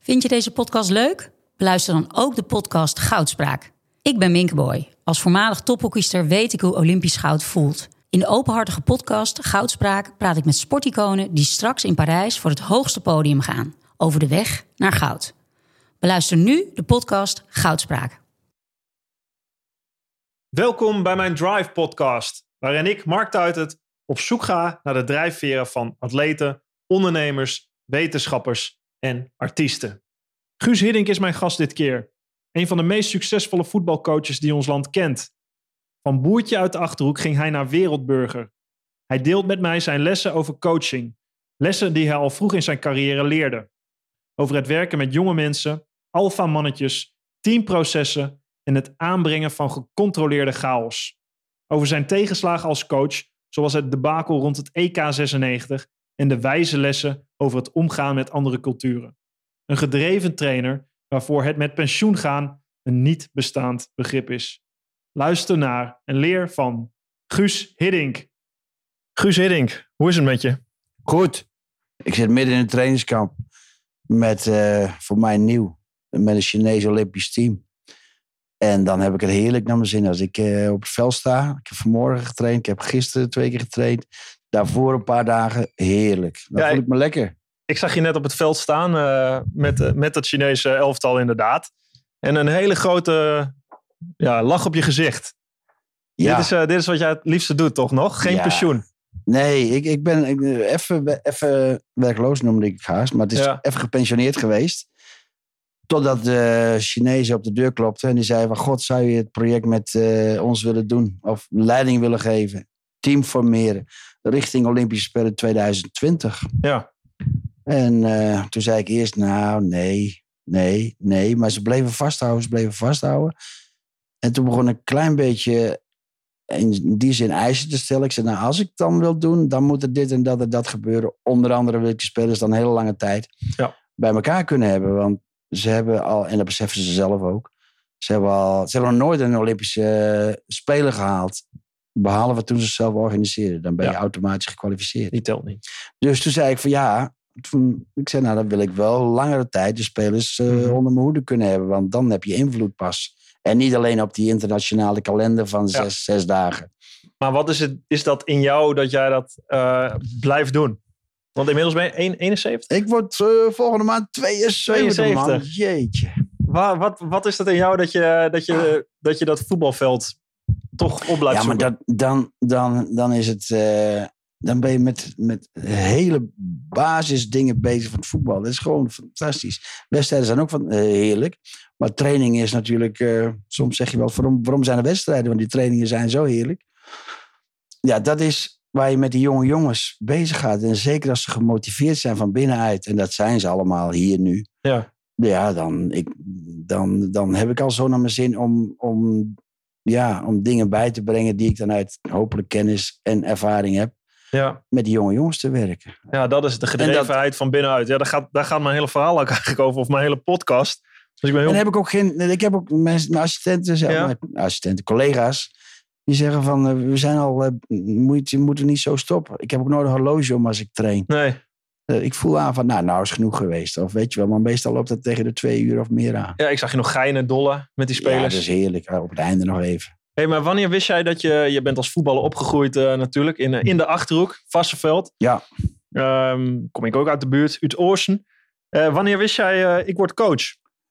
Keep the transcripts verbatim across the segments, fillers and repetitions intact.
Vind je deze podcast leuk? Beluister dan ook de podcast Goudspraak. Ik ben Minke Boy. Als voormalig tophockeyster weet ik hoe Olympisch goud voelt. In de openhartige podcast Goudspraak praat ik met sporticonen die straks in Parijs voor het hoogste podium gaan. Over de weg naar goud. Beluister nu de podcast Goudspraak. Welkom bij mijn Drive podcast, waarin ik, Mark Tuitert, op zoek ga naar de drijfveren van atleten, ondernemers, wetenschappers en artiesten. Guus Hiddink is mijn gast dit keer. Een van de meest succesvolle voetbalcoaches die ons land kent. Van boertje uit de Achterhoek ging hij naar wereldburger. Hij deelt met mij zijn lessen over coaching. Lessen die hij al vroeg in zijn carrière leerde. Over het werken met jonge mensen, alfamannetjes, teamprocessen en het aanbrengen van gecontroleerde chaos. Over zijn tegenslagen als coach, zoals het debakel rond het E K zesennegentig en de wijze lessen over het omgaan met andere culturen. Een gedreven trainer waarvoor het met pensioen gaan een niet bestaand begrip is. Luister naar en leer van Guus Hiddink. Guus Hiddink, hoe is het met je? Goed. Ik zit midden in een trainingskamp met, uh, voor mij nieuw, met een Chinees Olympisch team. En dan heb ik het heerlijk naar mijn zin als ik uh, op het veld sta. Ik heb vanmorgen getraind, ik heb gisteren twee keer getraind. Daarvoor een paar dagen, heerlijk. Dan ja, voel ik me lekker. Ik zag je net op het veld staan uh, met, uh, met dat Chinese elftal inderdaad. En een hele grote ja, lach op je gezicht. Ja. Dit, is, uh, dit is wat jij het liefste doet, toch nog? Geen ja. pensioen. Nee, ik, ik ben ik, even, even werkloos noemde ik het haast. Maar het is ja. even gepensioneerd geweest. Totdat de Chinezen op de deur klopten. En die zeiden van God, zou je het project met uh, ons willen doen? Of leiding willen geven? Team formeren. Richting Olympische Spelen tweeduizend twintig. Ja. En uh, toen zei ik eerst, nou, nee, nee, nee. Maar ze bleven vasthouden, ze bleven vasthouden. En toen begon ik een klein beetje in die zin eisen te stellen. Ik zei, nou, als ik het dan wil doen, dan moet er dit en dat en dat gebeuren. Onder andere wil ik die spelers dan een hele lange tijd ja. bij elkaar kunnen hebben. Want ze hebben al, en dat beseffen ze zelf ook, ze hebben, al, ze hebben nog nooit een Olympische uh, Spelen gehaald. Behalve toen ze het zelf organiseren. Dan ben je ja. automatisch gekwalificeerd. Die telt niet. Dus toen zei ik van ja, toen, ik zei nou dan wil ik wel langere tijd de spelers uh, mm-hmm. onder mijn hoede kunnen hebben. Want dan heb je invloed pas. En niet alleen op die internationale kalender van zes, ja. zes dagen. Maar wat is het, is dat in jou dat jij dat uh, blijft doen? Want inmiddels ben je eenenzeventig? Ik word uh, volgende maand tweeënzeventig, tweeënzeventig. Man. Jeetje. Wat, wat, wat is dat in jou dat je dat, je, dat, je dat voetbalveld toch op blijft ja, zoeken? Ja, maar dat, dan, dan, dan is het... Uh, dan ben je met, met hele basisdingen bezig van het voetbal. Dat is gewoon fantastisch. Wedstrijden zijn ook van, uh, heerlijk. Maar training is natuurlijk... Uh, soms zeg je wel, waarom, waarom zijn er wedstrijden? Want die trainingen zijn zo heerlijk. Ja, dat is waar je met die jonge jongens bezig gaat. En zeker als ze gemotiveerd zijn van binnenuit. En dat zijn ze allemaal hier nu. Ja, ja dan, ik, dan, dan heb ik al zo naar mijn zin om... om Ja, om dingen bij te brengen die ik dan uit hopelijk kennis en ervaring heb. Ja. Met die jonge jongens te werken. Ja, dat is de gedrevenheid dat, van binnenuit. Ja, daar gaat, daar gaat mijn hele verhaal ook eigenlijk over. Of mijn hele podcast. Dus ik ben heel... En heb ik ook geen... Ik heb ook mijn, mijn assistenten, zeg, ja. mijn assistenten, collega's. Die zeggen van, uh, we zijn al... Uh, moet, je moet er niet zo stoppen. Ik heb ook nooit een horloge om als ik train. Nee. Uh, ik voel aan van, nou, nou is genoeg geweest. Of weet je wel, maar meestal loopt dat tegen de twee uur of meer aan. Ja, ik zag je nog geinen dollen met die spelers. Ja, dat is heerlijk. Op het einde nog even. Hey, maar wanneer wist jij dat je... Je bent als voetballer opgegroeid uh, natuurlijk. In, uh, in de Achterhoek, Varsseveld. Ja. Um, kom ik ook uit de buurt. Uit Oorsen. Uh, wanneer wist jij, uh, ik word coach?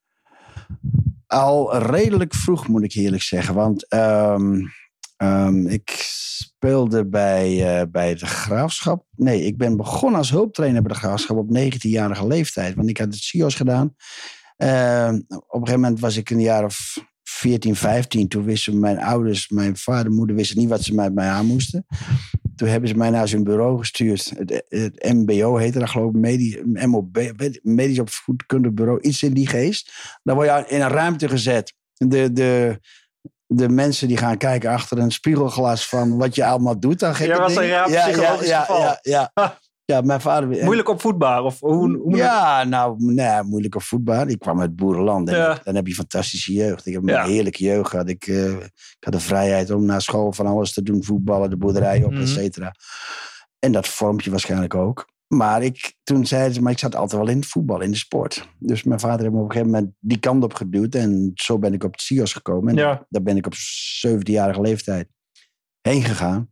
Al redelijk vroeg, moet ik eerlijk zeggen. Want um, um, ik speelde bij, uh, bij de Graafschap. Nee, ik ben begonnen als hulptrainer bij de Graafschap op negentienjarige leeftijd. Want ik had het C I O S gedaan. Uh, op een gegeven moment was ik een jaar of... veertien, vijftien, toen wisten mijn ouders, mijn vader en moeder wisten niet wat ze met mij aan moesten. Toen hebben ze mij naar zijn bureau gestuurd. Het, het M B O heette dat, geloof ik, Medi, M O B, Medisch Opvoedkundig Bureau, iets in die geest. Dan word je in een ruimte gezet. De, de, de mensen die gaan kijken achter een spiegelglas van wat je allemaal doet. Dan ja, was een raar psychologisch ja, geval. Ja, ja, ja. Ja, mijn vader... Moeilijk opvoedbaar? Of hoe, hoe ja, nou, nee, moeilijk opvoedbaar. Ik kwam uit boerenland. En ja. Dan heb je fantastische jeugd. Ik heb ja. een heerlijke jeugd gehad. Ik, uh, ik had de vrijheid om na school van alles te doen. Voetballen, de boerderij op, mm-hmm. et cetera. En dat vormt je waarschijnlijk ook. Maar ik, toen zeiden ze, maar ik zat altijd wel in het voetbal, in de sport. Dus mijn vader heeft me op een gegeven moment die kant op geduwd. En zo ben ik op het C I O S gekomen. En Ja. daar ben ik op zeventienjarige leeftijd heen gegaan.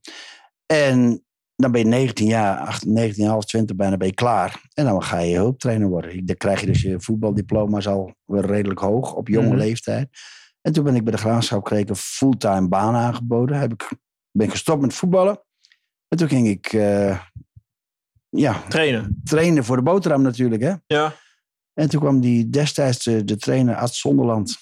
En dan ben je negentien jaar, achttien, negentien, half twintig bijna ben je klaar. En dan ga je hulptrainer worden. Dan krijg je dus je voetbaldiploma's al wel redelijk hoog op jonge Mhm. leeftijd. En toen ben ik bij de Graafschap gekregen een fulltime baan aangeboden. Heb ik, ben ik gestopt met voetballen. En toen ging ik uh, ja, Trainen. trainen voor de boterham natuurlijk. Hè? Ja. En toen kwam die destijds de, de trainer Ad Zonderland.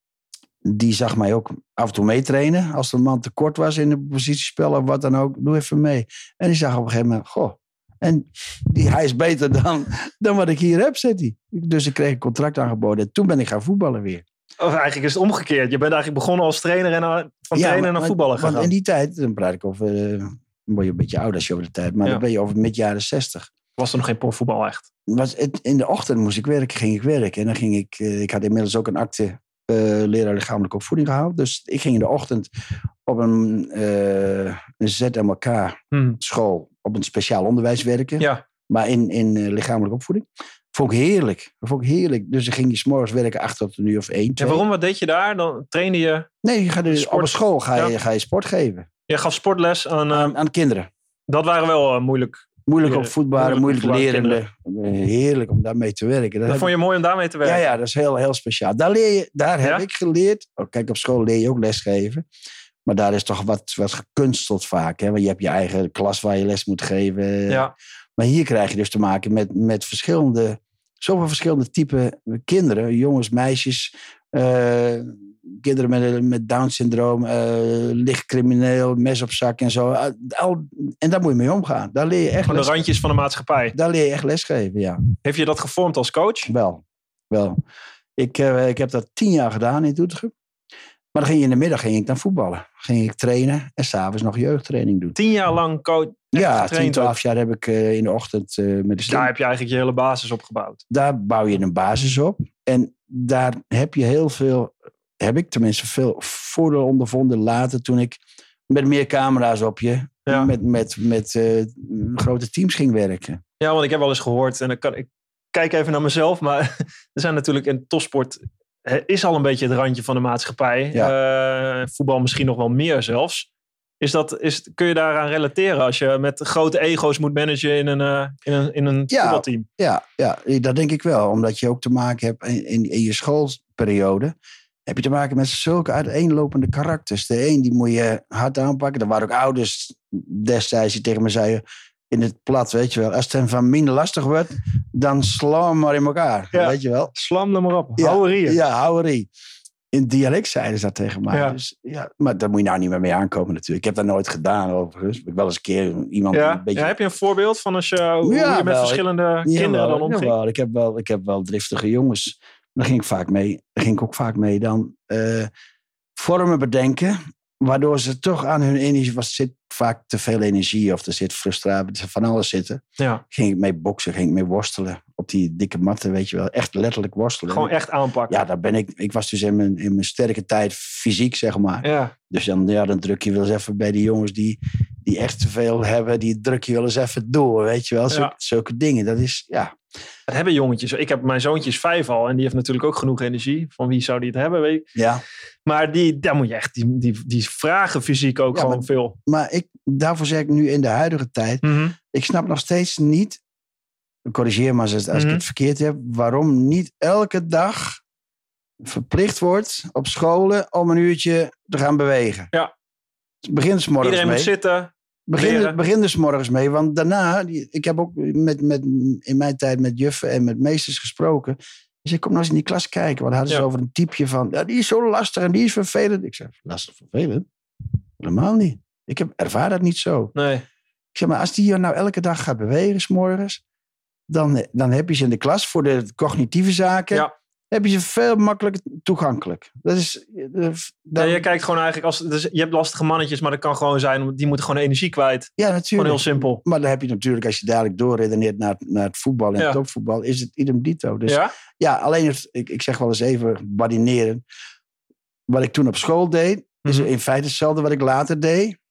Die zag mij ook af en toe meetrainen. Als er een man tekort was in de positiespel of wat dan ook. Doe even mee. En die zag op een gegeven moment, goh. En die, hij is beter dan, dan wat ik hier heb, zegt hij. Dus ik kreeg een contract aangeboden. En toen ben ik gaan voetballen weer. Of eigenlijk is het omgekeerd. Je bent eigenlijk begonnen als trainer en uh, van Ja, trainer maar, naar voetballen want gegaan. in die tijd, dan praat ik over... Uh, dan word je een beetje oud als je over de tijd. Maar Ja. dan ben je over mid jaren zestig. Was er nog geen profvoetbal echt? Was het, in de ochtend moest ik werken, ging ik werken. En dan ging ik... Uh, ik had inmiddels ook een akte... Uh, leraar lichamelijke opvoeding gehaald. Dus ik ging in de ochtend op een, uh, een Z M L K Hmm. school op een speciaal onderwijs werken. Ja. Maar in, in uh, lichamelijke opvoeding. Vond ik heerlijk. Vond ik heerlijk. Dus dan ging je 's morgens werken acht tot een uur of één, twee. En waarom? Wat deed je daar? Dan trainde je... Nee, je gaat dus Sport. op een school ga je, Ja. ga je sport geven. Je gaf sportles aan... Uh, Aan, aan kinderen. dat waren wel uh, moeilijk. Moeilijk Ja, opvoedbare, moeilijk, moeilijk lerende. Heerlijk om daarmee te werken. Dat heb vond je mooi om daarmee te Ja, werken? ja, dat is heel, heel speciaal. Daar, leer je, daar Ja? heb ik geleerd. Oh, kijk, op school leer je ook lesgeven. Maar daar is toch wat, wat gekunsteld vaak. Hè? Want je hebt je eigen klas waar je les moet geven. Ja. Maar hier krijg je dus te maken met, met verschillende... Zoveel verschillende type kinderen. Jongens, meisjes. Uh, kinderen met, met Down-syndroom. Uh, licht crimineel, mes op zak en zo. Uh, al, en daar moet je mee omgaan. Daar leer je echt Van de les, randjes van de maatschappij. daar leer je echt lesgeven, ja. Heeft je dat gevormd als coach? Wel, wel. Ik, uh, ik heb dat tien jaar gedaan in Doetinchem. Maar dan ging je in de middag ging ik dan voetballen. Ging ik trainen en s'avonds nog jeugdtraining doen. Tien jaar lang coach? Ja, tien, twaalf jaar heb ik uh, in de ochtend uh, met de Dus daar heb je eigenlijk je hele basis op gebouwd. Daar bouw je een basis op. En daar heb je heel veel, heb ik tenminste veel voordeel ondervonden later toen ik met meer camera's op je, Ja. met, met, met uh, grote teams ging werken. Ja, want ik heb wel eens gehoord, en dan kan, ik kijk even naar mezelf, maar er zijn natuurlijk in topsport, is al een beetje het randje van de maatschappij. Ja. Uh, voetbal misschien nog wel meer zelfs. Is dat, is, kun je daaraan relateren als je met grote ego's moet managen in een, uh, in een, in een ja, voetbalteam? Ja, ja, dat denk ik wel. Omdat je ook te maken hebt in, in, in je schoolperiode. Heb je te maken met zulke uiteenlopende karakters. De een die moet je hard aanpakken. Er waren ook ouders destijds die tegen me zeiden... in het plat, weet je wel. Als het hem van minder lastig wordt... dan sla hem maar in elkaar. Ja. Weet je wel. Slam er maar op. Ja, Houwerieën. Ja, houwerie. In het dialect zeiden ze dat tegen mij. Ja. Dus, ja, maar daar moet je nou niet meer mee aankomen natuurlijk. Ik heb dat nooit gedaan overigens. Ik heb wel eens een keer iemand... Ja? Een beetje... Ja, heb je een voorbeeld van als je, hoe Ja, je met wel. verschillende Ja, kinderen wel, dan omging? jawel. Ik, heb wel, ik heb wel driftige jongens. Daar ging ik vaak mee. Daar ging ik ook vaak mee dan uh, vormen bedenken. Waardoor ze toch aan hun energie... Er zit vaak te veel energie of er zit frustratie. Van alles zitten. Ja. Ging ik mee boksen, ging ik mee worstelen. Op die dikke matten, weet je wel. Echt letterlijk worstelen. Gewoon echt aanpakken. Ja, daar ben ik... Ik was dus in mijn, in mijn sterke tijd fysiek, zeg maar. Ja. Dus dan, ja, dan druk je wel eens even bij die jongens die, die echt te veel hebben. Die druk je wel eens even door, weet je wel. Zulke, Ja. zulke dingen, dat is, ja... Dat hebben jongetjes. Ik heb mijn zoontje is vijf al en die heeft natuurlijk ook genoeg energie. Van wie zou die het hebben, weet je? Ja, Maar die, daar moet je echt, die, die, die vragen fysiek ook Ja, gewoon maar- veel. maar ik, daarvoor zeg ik nu in de huidige tijd... Mhm. Ik snap nog steeds niet... Corrigeer me als, als Mhm. ik het verkeerd heb... waarom niet elke dag verplicht wordt op scholen... om een uurtje te gaan bewegen. Ja. Begin 's morgens Iedereen mee. moet zitten. Begin, leren. begin er 's morgens mee, want daarna... die- Ik heb ook met, met, in mijn tijd met juffen en met meesters gesproken. Die zei, kom nou eens in die klas kijken. Want dan hadden ze Ja. over een typeje van... Ja, die is zo lastig en die is vervelend. Ik zei, lastig vervelend? Helemaal niet. Ik heb, ervaar dat niet zo. Nee. Ik zeg, maar als die hier nou elke dag gaat bewegen 's morgens... Dan, dan heb je ze in de klas voor de cognitieve zaken... Ja. heb je ze veel makkelijker toegankelijk. Dat is... eh, Dan, Ja, je kijkt gewoon eigenlijk als... Dus je hebt lastige mannetjes, maar dat kan gewoon zijn... Die moeten gewoon energie kwijt. ja, Gewoon natuurlijk. heel simpel. Maar dan heb je natuurlijk, als je dadelijk doorredeneert naar, naar het voetbal en Ja. het topvoetbal, is het idem dito. Dus ja, Ja? alleen, het, ik, ik zeg wel eens even badineren. Wat ik toen op school deed, is Mhm. in feite hetzelfde wat ik later deed.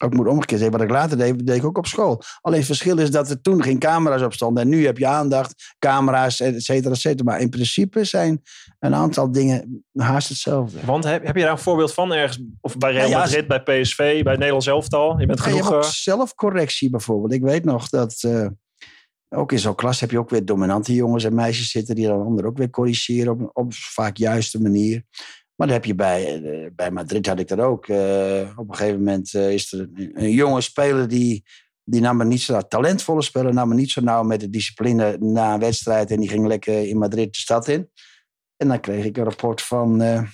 ook moet omgekeerd zijn. Wat ik later deed, deed ik ook op school. Alleen het verschil is dat er toen geen camera's op stonden. En nu heb je aandacht, camera's, et cetera, et cetera. Maar in principe zijn een aantal dingen haast hetzelfde. Want heb, heb je daar een voorbeeld van ergens? Of bij Real Nou ja, Madrid, bij P S V, bij het Nederlands elftal? Je bent Ja, genoeg... je hebt ook uh... zelfcorrectie bijvoorbeeld. Ik weet nog dat... Uh, ook in zo'n klas heb je ook weer dominante jongens en meisjes zitten... die dan anderen ook weer corrigeren op een op vaak juiste manier. Maar dan heb je bij, uh, bij Madrid had ik dat ook. Uh, op een gegeven moment uh, is er een, een jonge speler die... Die nam me niet zo nauw, talentvolle speler, nam me niet zo nauw met de discipline na een wedstrijd. En die ging lekker in Madrid de stad in. En dan kreeg ik een rapport van, uh,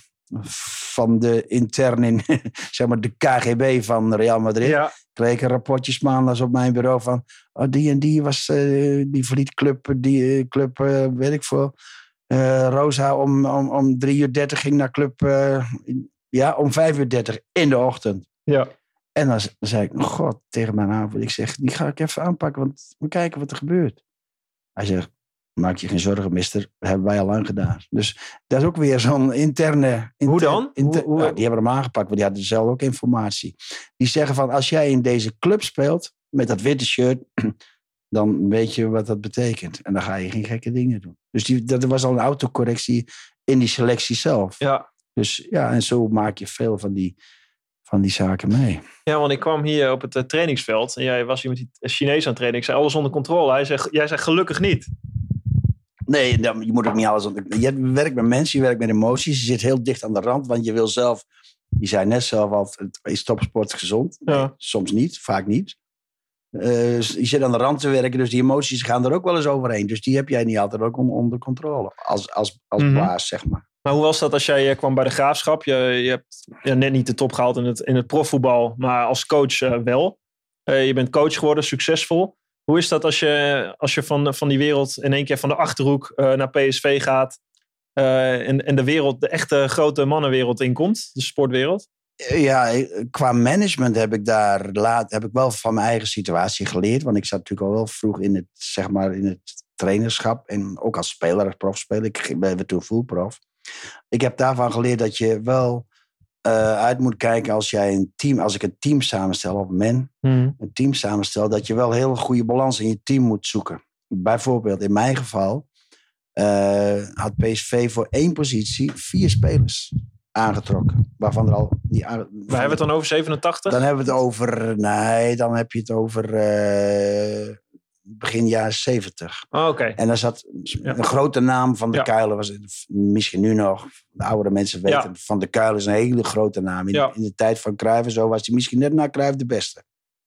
van de intern in, zeg maar de K G B van Real Madrid. Ja. Kreeg ik een rapportje maandags op mijn bureau van, oh, die en die was, uh, die verliet club, die uh, club, uh, weet ik veel. Uh, Rosa om, om, om drie uur dertig ging naar club, uh, ja, om vijf uur dertig in de ochtend. Ja. En dan zei ik, god, tegen mijn avond. Ik zeg, die ga ik even aanpakken, want we kijken wat er gebeurt. Hij zegt, maak je geen zorgen, mister. Dat hebben wij al lang gedaan. Dus dat is ook weer zo'n interne... Inter, hoe dan? Inter, hoe, hoe... nou, die hebben hem aangepakt, want die hadden zelf ook informatie. Die zeggen van, als jij in deze club speelt, met dat witte shirt, dan weet je wat dat betekent. En dan ga je geen gekke dingen doen. Dus die, dat was al een autocorrectie in die selectie zelf. Ja. Dus ja, en zo maak je veel van die... van die zaken mee. Ja, want ik kwam hier op het uh, trainingsveld en jij was hier met die Chinees aan het trainen. Ik zei alles onder controle. Hij zegt, jij zegt gelukkig niet. Nee, je moet ook niet alles onder... Je werkt met mensen, je werkt met emoties. Je zit heel dicht aan de rand, want je wil zelf... Je zei net zelf al, is topsport gezond? Nee, ja. Soms niet, vaak niet. Uh, je zit aan de rand te werken, dus die emoties gaan er ook wel eens overheen. Dus die heb jij niet altijd ook onder controle. Als, als, als mm-hmm. baas, zeg maar. Maar hoe was dat als jij kwam bij de Graafschap? Je, je hebt ja, net niet de top gehaald in het, in het profvoetbal, maar als coach uh, wel. Uh, je bent coach geworden, succesvol. Hoe is dat als je, als je van, van die wereld in één keer van de Achterhoek uh, naar P S V gaat uh, en, en de wereld, de echte grote mannenwereld inkomt, de sportwereld? Ja, qua management heb ik daar laat, heb ik wel van mijn eigen situatie geleerd. Want ik zat natuurlijk al wel vroeg in het, zeg maar, in het trainerschap en ook als speler, als profspeler. Ik ben toen full prof. Ik heb daarvan geleerd dat je wel uh, uit moet kijken als jij een team, als ik een team samenstel, of men, hmm. een team samenstel, dat je wel heel goede balans in je team moet zoeken. Bijvoorbeeld in mijn geval uh, had P S V voor één positie vier spelers aangetrokken. Waarvan er al... Die, Waar hebben we het dan over zevenentachtig? Dan hebben we het over... Nee, dan heb je het over... Uh, begin jaren zeventig. Oh, oké. Okay. En daar zat ja. een grote naam van de ja. Kuilen. Was misschien nu nog, de oudere mensen weten, ja. Van de Kuilen is een hele grote naam. In, ja. in de tijd van Cruijff en zo was hij misschien net na Cruijff de beste.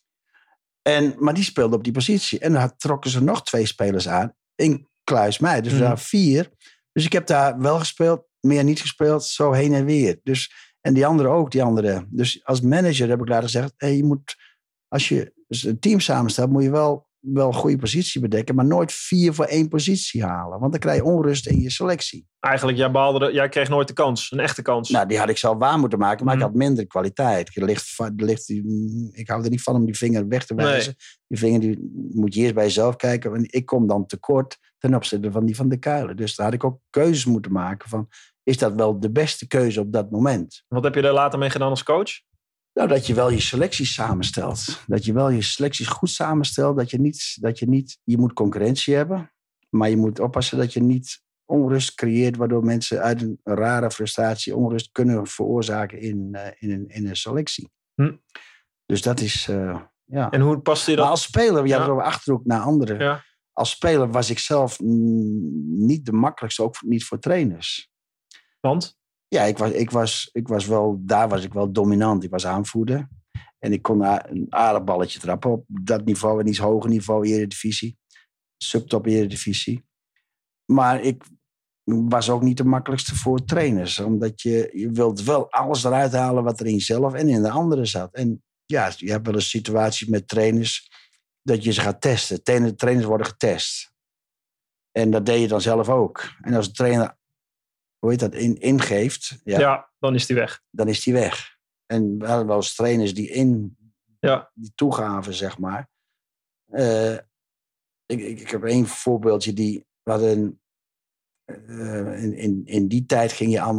En, maar die speelde op die positie. En dan trokken ze nog twee spelers aan. In Kluis mij. Dus mm. daar vier. Dus ik heb daar wel gespeeld, meer niet gespeeld. Zo heen en weer. Dus, en die anderen ook, die andere. Dus als manager heb ik later gezegd, hey, je moet, als je dus een team samenstelt, moet je wel wel een goede positie bedekken, maar nooit vier voor één positie halen. Want dan krijg je onrust in je selectie. Eigenlijk, jij, behaalde de, jij kreeg nooit de kans, een echte kans. Nou, die had ik zelf waar moeten maken, maar mm. ik had minder kwaliteit. Er ligt, er ligt, ik hou er niet van om die vinger weg te wijzen. Nee. Die vinger die moet je eerst bij jezelf kijken. En ik kom dan tekort ten opzichte van die van de Kuilen. Dus daar had ik ook keuzes moeten maken van, is dat wel de beste keuze op dat moment? Wat heb je daar later mee gedaan als coach? Nou, dat je wel je selecties samenstelt. Dat je wel je selecties goed samenstelt. Dat je niet, dat je niet, je moet concurrentie hebben. Maar je moet oppassen dat je niet onrust creëert, waardoor mensen uit een rare frustratie onrust kunnen veroorzaken in, uh, in, een, in een selectie. Hm. Dus dat is, uh, ja. En hoe past je dat? Maar als speler, je had er over Achterhoek naar anderen. Ja. Als speler was ik zelf niet de makkelijkste, ook niet voor trainers. Want? Ja, ik was, ik, was, ik was wel, daar was ik wel dominant. Ik was aanvoerder. En ik kon een aardig balletje trappen op dat niveau. En iets hoger niveau, eredivisie. Subtop eredivisie. Maar ik was ook niet de makkelijkste voor trainers. Omdat je, je wilt wel alles eruit halen wat er in jezelf en in de anderen zat. En ja, je hebt wel eens situaties met trainers dat je ze gaat testen. Trainers worden getest. En dat deed je dan zelf ook. En als een trainer, hoe heet dat, in, ingeeft. Ja, ja, dan is die weg. Dan is die weg. En we hadden wel eens trainers die in ja. die toegaven, zeg maar. Uh, ik, ik, ik heb één voorbeeldje die we hadden. Uh, in, in, in die tijd ging je allemaal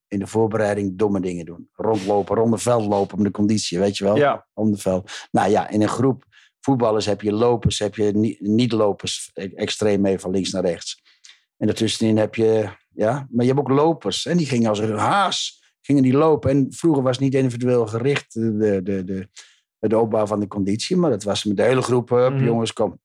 in de voorbereiding domme dingen doen. Rondlopen, rond het veld lopen om de conditie, weet je wel? Ja. Om het veld. Nou ja, in een groep voetballers heb je lopers, heb je niet-lopers extreem mee van links naar rechts. En daartussenin heb je, ja, maar je hebt ook lopers. En die gingen als een haas, gingen die lopen. En vroeger was het niet individueel gericht, de, de, de, de opbouw van de conditie. Maar dat was met de hele groep, hup, mm. jongens, kom.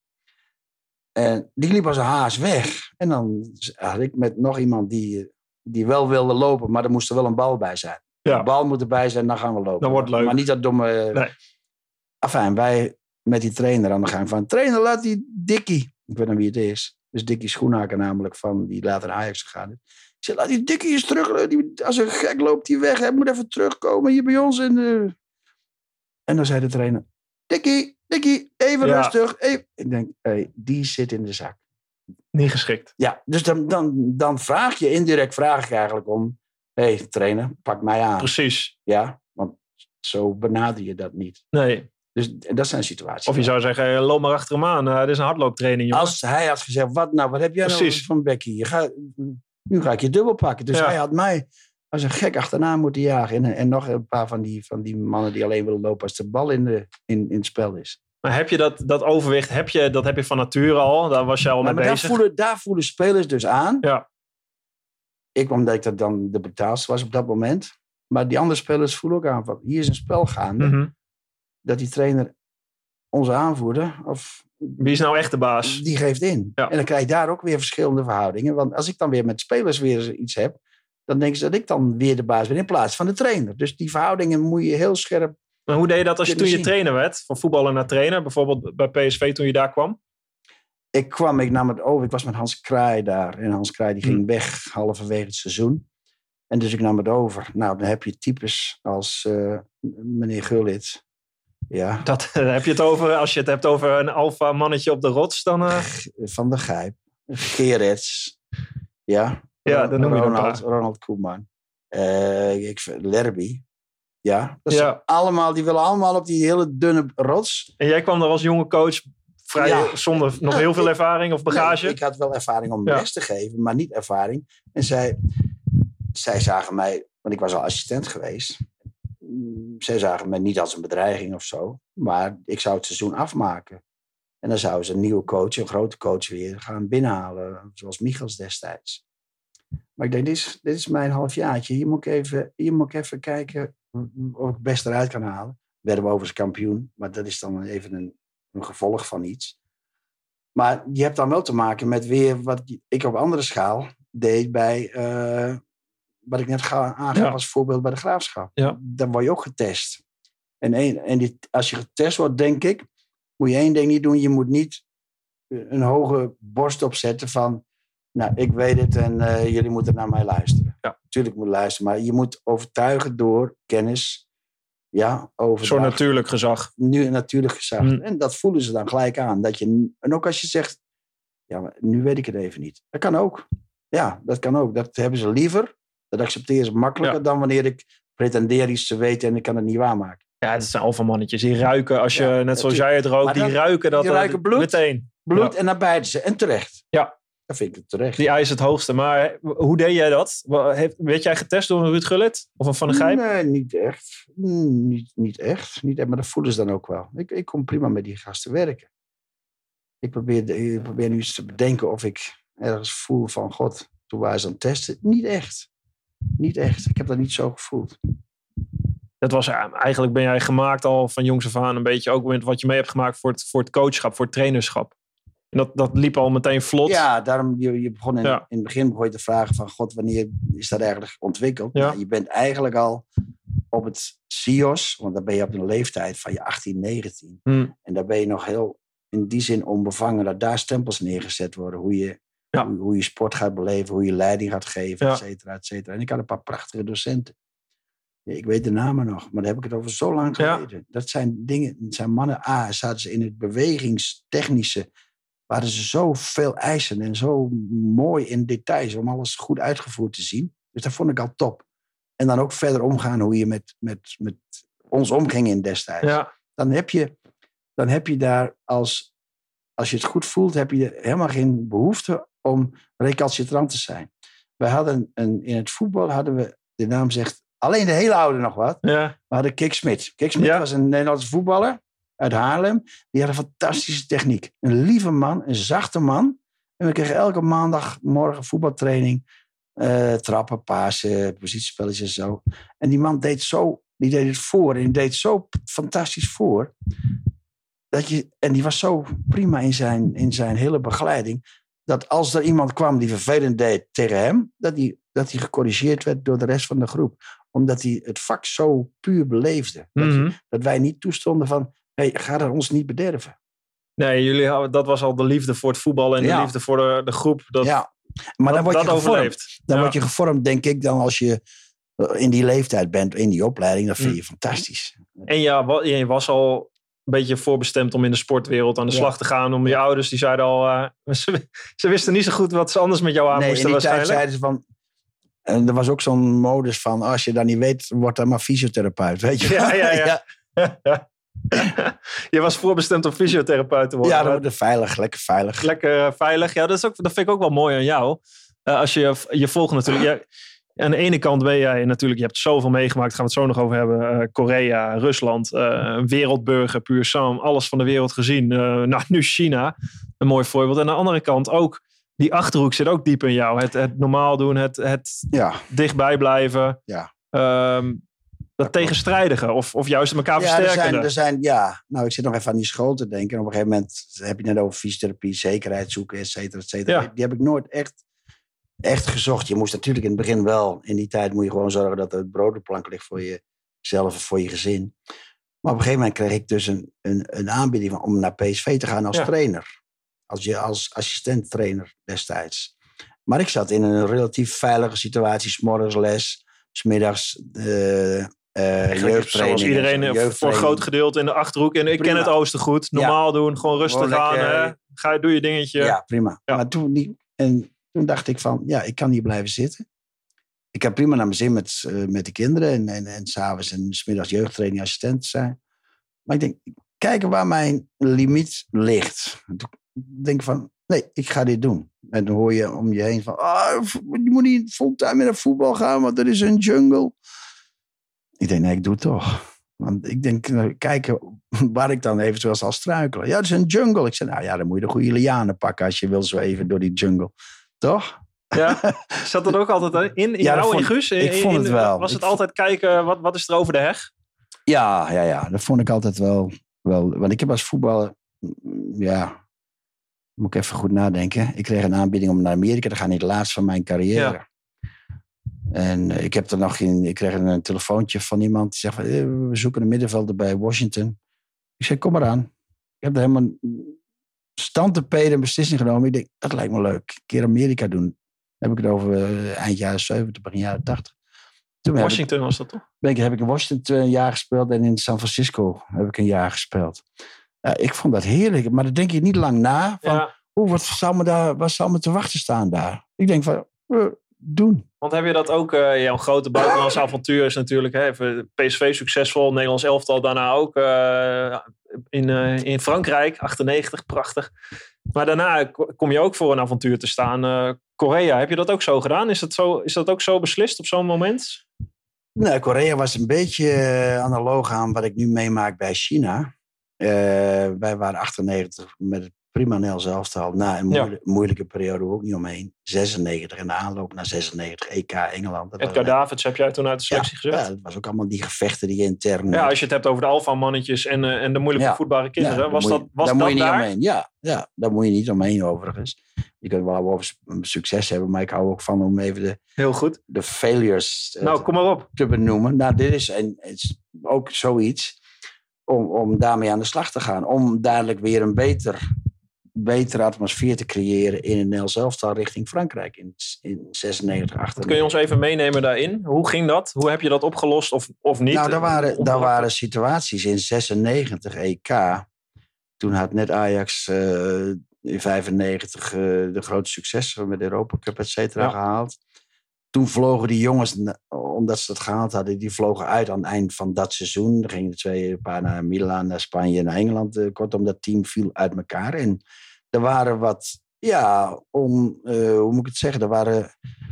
En die liep als een haas weg. En dan had ik met nog iemand die, die wel wilde lopen, maar er moest er wel een bal bij zijn. Ja. De bal moet erbij zijn, dan gaan we lopen. Dan wordt het leuk. Maar niet dat domme... Nee. Enfin, wij met die trainer aan de gang van... Trainer, laat die Dikkie... Ik weet niet wie het is. Dus Dikkie Schoenhaker namelijk, van die later naar Ajax gegaan is. Ik zei, laat die Dikkie eens terug. Die, als een gek loopt hij weg. Hij moet even terugkomen hier bij ons. In de... En dan zei de trainer... Dikkie, Dikkie, even ja. rustig. Even. Ik denk, hey, die zit in de zak. Niet geschikt. Ja, dus dan, dan, dan vraag je, indirect vraag ik eigenlijk om... Hé, hey, trainer, pak mij aan. Precies. Ja, want zo benader je dat niet. Nee. Dus dat zijn situaties. Of je zou zeggen, loop maar achter hem aan. Uh, dit is een hardlooptraining, jongen. Als hij had gezegd, wat nou, wat heb jij Precies. nou van Becky? Je gaat, nu ga ik je dubbel pakken. Dus ja. hij had mij als een gek achterna moeten jagen. En, en nog een paar van die, van die mannen die alleen willen lopen als de bal in, de, in, in het spel is. Maar heb je dat, dat overwicht, heb je, dat heb je van nature al? Daar was je al maar mee maar bezig? Daar voelen, daar voelen spelers dus aan. Ja. Ik, omdat ik dat dan de betaalste was op dat moment. Maar die andere spelers voelen ook aan van, hier is een spel gaande. Mm-hmm. Dat die trainer, onze aanvoerder, of... Wie is nou echt de baas? Die geeft in. Ja. En dan krijg je daar ook weer verschillende verhoudingen. Want als ik dan weer met spelers weer iets heb, dan denken ze dat ik dan weer de baas ben in plaats van de trainer. Dus die verhoudingen moet je heel scherp... Maar hoe deed je dat als je toen je zien. trainer werd? Van voetballer naar trainer, bijvoorbeeld bij P S V toen je daar kwam? Ik kwam, ik nam het over. Ik was met Hans Kraai daar. En Hans Kraai die ging Hmm. weg halverwege het seizoen. En dus ik nam het over. Nou, dan heb je types als uh, meneer Gullit. Ja. Dat uh, heb je het over, als je het hebt over een alfa mannetje op de rots, dan... Uh... Van der Gijp. Gerets. Ja. Ja, dan noem je Ronald, dat Ronald Koeman. Uh, ik, Lerby. Ja. Dat ja. allemaal, die willen allemaal op die hele dunne rots. En jij kwam er als jonge coach vrij ja. zonder nog heel veel ervaring of bagage? Nee, ik had wel ervaring om ja. les te geven, maar niet ervaring. En zij, zij zagen mij, want ik was al assistent geweest. Zij zagen mij niet als een bedreiging of zo. Maar ik zou het seizoen afmaken. En dan zouden ze een nieuwe coach, een grote coach weer gaan binnenhalen. Zoals Michels destijds. Maar ik denk, dit is, dit is mijn halfjaartje. Hier moet ik even, hier moet ik even kijken of ik het best eruit kan halen. Werden we overigens kampioen. Maar dat is dan even een, een gevolg van iets. Maar je hebt dan wel te maken met weer wat ik op andere schaal deed bij... Uh, wat ik net aangaf ja. als voorbeeld bij de Graafschap. Ja. Dan word je ook getest. En, een, en die, als je getest wordt, denk ik, moet je één ding niet doen. Je moet niet een hoge borst opzetten van... Nou, ik weet het en uh, jullie moeten naar mij luisteren. Ja. Natuurlijk moet je luisteren, maar je moet overtuigen door kennis. Ja, over Zo'n natuurlijk gezag. Nu een natuurlijk gezag. Hmm. En dat voelen ze dan gelijk aan. Dat je, en ook als je zegt, ja, maar nu weet ik het even niet. Dat kan ook. Ja, dat kan ook. Dat hebben ze liever. Dat accepteren ze makkelijker ja. dan wanneer ik pretendeer iets te weten en ik kan het niet waarmaken. Ja, het zijn alfamannetjes. Die ruiken, als je, ja, net zoals ja, jij het rookt, die dan, ruiken dat die ruiken bloed, meteen. Bloed ja. en dan bijten ze. En terecht. Ja. Dat vind ik het terecht. Die eis het hoogste. Maar hoe deed jij dat? Werd jij getest door een Ruud Gullit? Of een Van der Gijp? Nee, niet echt. Niet, niet echt. Niet echt. Maar dat voelen ze dan ook wel. Ik, ik kom prima met die gasten werken. Ik probeer, ik probeer nu eens te bedenken of ik ergens voel van God, toen waren ze aan het testen. Niet echt. Niet echt. Ik heb dat niet zo gevoeld. Dat was eigenlijk, ben jij gemaakt al van jongs af aan een beetje ook met wat je mee hebt gemaakt voor het, voor het coachschap, voor het trainerschap. En dat, dat liep al meteen vlot. Ja, daarom je, je begon in, ja. in het begin begon je te vragen van God, wanneer is dat eigenlijk ontwikkeld? Ja. Nou, je bent eigenlijk al op het S I O S, want dan ben je op een leeftijd van je achttien, negentien. Hmm. En daar ben je nog heel in die zin onbevangen dat daar stempels neergezet worden. Hoe je, ja. hoe, hoe je sport gaat beleven, hoe je leiding gaat geven, ja. et cetera, et cetera. En ik had een paar prachtige docenten. Ja, ik weet de namen nog, maar daar heb ik het over zo lang geleden. Ja. Dat zijn dingen, dat zijn mannen. A, zaten ze in het bewegingstechnische, waren ze zo veel eisen en zo mooi in details om alles goed uitgevoerd te zien. Dus dat vond ik al top. En dan ook verder omgaan hoe je met, met, met ons omging in destijds. Ja. Dan heb je, dan heb je daar als, als je het goed voelt, heb je helemaal geen behoefte om recalcitrant te zijn. Wij hadden een, in het voetbal hadden we de naam zegt alleen de hele oude nog wat. Ja. We hadden Kik Smit. Kik Smit Ja. was een Nederlandse voetballer uit Haarlem. Die had een fantastische techniek. Een lieve man, een zachte man. En we kregen elke maandagmorgen voetbaltraining. Uh, trappen, pasen, positiespelletjes en zo. En die man deed zo, die deed het voor. En die deed zo fantastisch voor. Dat je, en die was zo prima in zijn, in zijn hele begeleiding. Dat als er iemand kwam die vervelend deed tegen hem. Dat hij, dat hij gecorrigeerd werd door de rest van de groep. Omdat hij het vak zo puur beleefde. Mm-hmm. Dat, je, dat wij niet toestonden van, hey, ga er ons niet bederven. Nee, jullie hadden, dat was al de liefde voor het voetballen en ja. de liefde voor de, de groep. Dat, ja, maar dan dat, word je dat gevormd. overleeft. Dan ja. word je gevormd, denk ik, dan als je in die leeftijd bent, in die opleiding. Dat vind je mm. fantastisch. En ja, je was al een beetje voorbestemd om in de sportwereld aan de ja. slag te gaan. Om je ouders, die zeiden al, uh, ze, ze wisten niet zo goed wat ze anders met jou aan nee, moesten waarschijnlijk. Nee, in die tijd zeiden ze van, en er was ook zo'n modus van, als je dat niet weet, word dan maar fysiotherapeut, weet je wel? Ja, ja, ja. ja. Je was voorbestemd om fysiotherapeut te worden. Ja, dat wordt veilig, lekker veilig. Lekker veilig, ja, dat, is ook, dat vind ik ook wel mooi aan jou. Uh, als je je volgt natuurlijk... Ja, aan de ene kant ben jij natuurlijk, je hebt zoveel meegemaakt, daar gaan we het zo nog over hebben. Uh, Korea, Rusland, uh, wereldburger, puur sang, alles van de wereld gezien. Uh, nou, nu China, een mooi voorbeeld. En aan de andere kant ook, die Achterhoek zit ook diep in jou. Het, het normaal doen, het, het ja. dichtbij blijven. Ja. Um, dat tegenstrijdige of, of juist elkaar ja, versterken. Er zijn, er zijn, ja, nou ik zit nog even aan die school te denken. En op een gegeven moment heb je net over fysiotherapie, zekerheid zoeken, et cetera, et cetera. Ja. Die heb ik nooit echt... echt gezocht. Je moest natuurlijk in het begin wel, in die tijd moet je gewoon zorgen dat er het brood op de plank ligt voor jezelf of voor je gezin. Maar op een gegeven moment kreeg ik dus een, een, een aanbieding om naar P S V te gaan als ja. trainer. Als, je, als assistent trainer destijds. Maar ik zat in een relatief veilige situatie, 's morgens les, 's middags uh, uh, jeugdtraining. Zoals iedereen jeugdtraining. Voor een groot gedeelte in de Achterhoek. En ik prima. ken het Oosten goed. Normaal ja. doen, gewoon rustig gewoon aan. Lekker, hè? Ga, doe je dingetje. Ja, prima. Ja. Maar toen die... En, Toen dacht ik van, ja, ik kan hier blijven zitten. Ik heb prima naar mijn zin met, uh, met de kinderen. En, en, en s'avonds en 's middags jeugdtraining assistent zijn. Maar ik denk, kijken waar mijn limiet ligt. En toen denk ik van, nee, ik ga dit doen. En dan hoor je om je heen van, ah, je moet niet fulltime naar voetbal gaan, want er is een jungle. Ik denk, nee, ik doe het toch. Want ik denk, nou, kijken waar ik dan eventueel zal struikelen. Ja, er is een jungle. Ik zei, nou ja, dan moet je de goede lianen pakken als je wil zweven door die jungle. Toch? Ja, zat dat ook altijd in? In ja, jou en Guus? Ik vond het in, wel. Was het ik altijd vond... kijken, wat, wat is er over de heg? Ja, ja, ja, dat vond ik altijd wel, wel. Want ik heb als voetballer, ja, moet ik even goed nadenken. Ik kreeg een aanbieding om naar Amerika te gaan in het laatst van mijn carrière. Ja. En ik heb er nog in, ik kreeg een telefoontje van iemand die zegt van, we zoeken een middenvelder bij Washington. Ik zei, kom maar aan. Ik heb er helemaal stand te peden een beslissing genomen. Ik denk, dat lijkt me leuk. Een keer Amerika doen. Dan heb ik het over uh, eind jaren zeventig, begin jaren tachtig. Toen Washington ik, was dat toch? Ben ik, heb ik in Washington een jaar gespeeld en in San Francisco heb ik een jaar gespeeld. Uh, ik vond dat heerlijk, maar dan denk je niet lang na. Van, ja. oh, wat, zou me daar, wat zou me te wachten staan daar? Ik denk van, uh, doen. Want heb je dat ook, uh, jouw grote buitenlandse avontuur is natuurlijk, hè, P S V succesvol, Nederlands elftal daarna ook, uh, in, uh, in Frankrijk, achtennegentig, prachtig. Maar daarna kom je ook voor een avontuur te staan. Uh, Korea, heb je dat ook zo gedaan? Is dat, zo, is dat ook zo beslist op zo'n moment? Nee, Korea was een beetje analoog aan wat ik nu meemaak bij China. Uh, wij waren achtennegentig met het prima Nederlands elftal. Na een moeilijke, ja. moeilijke periode ook niet omheen. zesennegentig en de aanloop naar zesennegentig, E K Engeland. Edgar Davids heb jij toen uit de selectie ja, gezet? Ja, dat was ook allemaal die gevechten die intern... Ja, als je het hebt over de alpha-mannetjes en, uh, en de moeilijk ja. voetbare kinderen. Ja, was dat, was daar dat moet je daar? niet omheen. Ja, ja, daar moet je niet omheen overigens. Je kunt wel over succes hebben, maar ik hou ook van om even de... Heel goed. De failures nou, te, kom maar op. te benoemen. Nou, dit is, en, is ook zoiets om, om daarmee aan de slag te gaan. Om dadelijk weer een beter... betere atmosfeer te creëren in een Nederlands elftal richting Frankrijk in, in zesennegentig, achtennegentig. Kun je ons even meenemen daarin? Hoe ging dat? Hoe heb je dat opgelost of, of niet? Nou, daar waren, daar waren situaties in zesennegentig E K. Toen had net Ajax uh, in vijfennegentig uh, de grote successen met de Europa Cup, et cetera, ja. gehaald. Toen vlogen die jongens, omdat ze dat gehaald hadden, die vlogen uit aan het eind van dat seizoen. Dan gingen de twee een paar naar Milan, naar Spanje, naar Engeland. Kortom, dat team viel uit elkaar. En er waren wat, ja, om, uh, hoe moet ik het zeggen? Er waren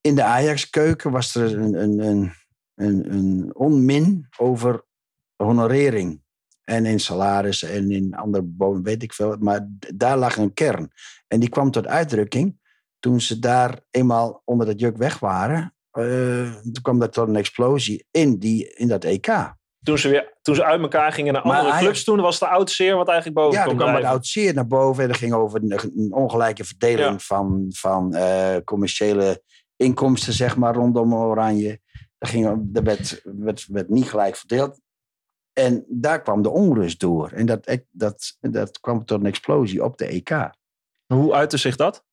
in de Ajax-keuken was er een, een, een, een, een onmin over honorering. En in salaris en in andere bonen, weet ik veel. Maar daar lag een kern. En die kwam tot uitdrukking toen ze daar eenmaal onder dat juk weg waren. Uh, toen kwam dat tot een explosie in, die, in dat E K. Toen ze, weer, toen ze uit elkaar gingen naar andere maar clubs, toen was de oud-zeer wat eigenlijk boven ja, kwam. Ja, toen kwam drijven. het oud-zeer naar boven. En dat ging over een, een ongelijke verdeling ja. van, van uh, commerciële inkomsten, zeg maar, rondom Oranje. Dat, ging, dat werd, werd, werd niet gelijk verdeeld. En daar kwam de onrust door. En dat, dat, dat kwam tot een explosie op de E K. Hoe uitte zich dat?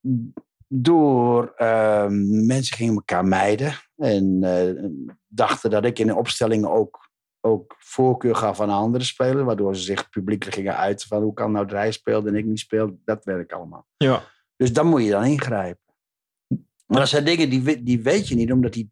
Door uh, mensen gingen elkaar mijden. En uh, dachten dat ik in de opstelling ook, ook voorkeur gaf aan andere spelers. Waardoor ze zich publiekelijk gingen uiten van hoe kan nou dat hij speelde en ik niet speelde. Dat werkt allemaal. Ja. Dus dan moet je dan ingrijpen. Maar dat zijn dingen die, die weet je niet, omdat die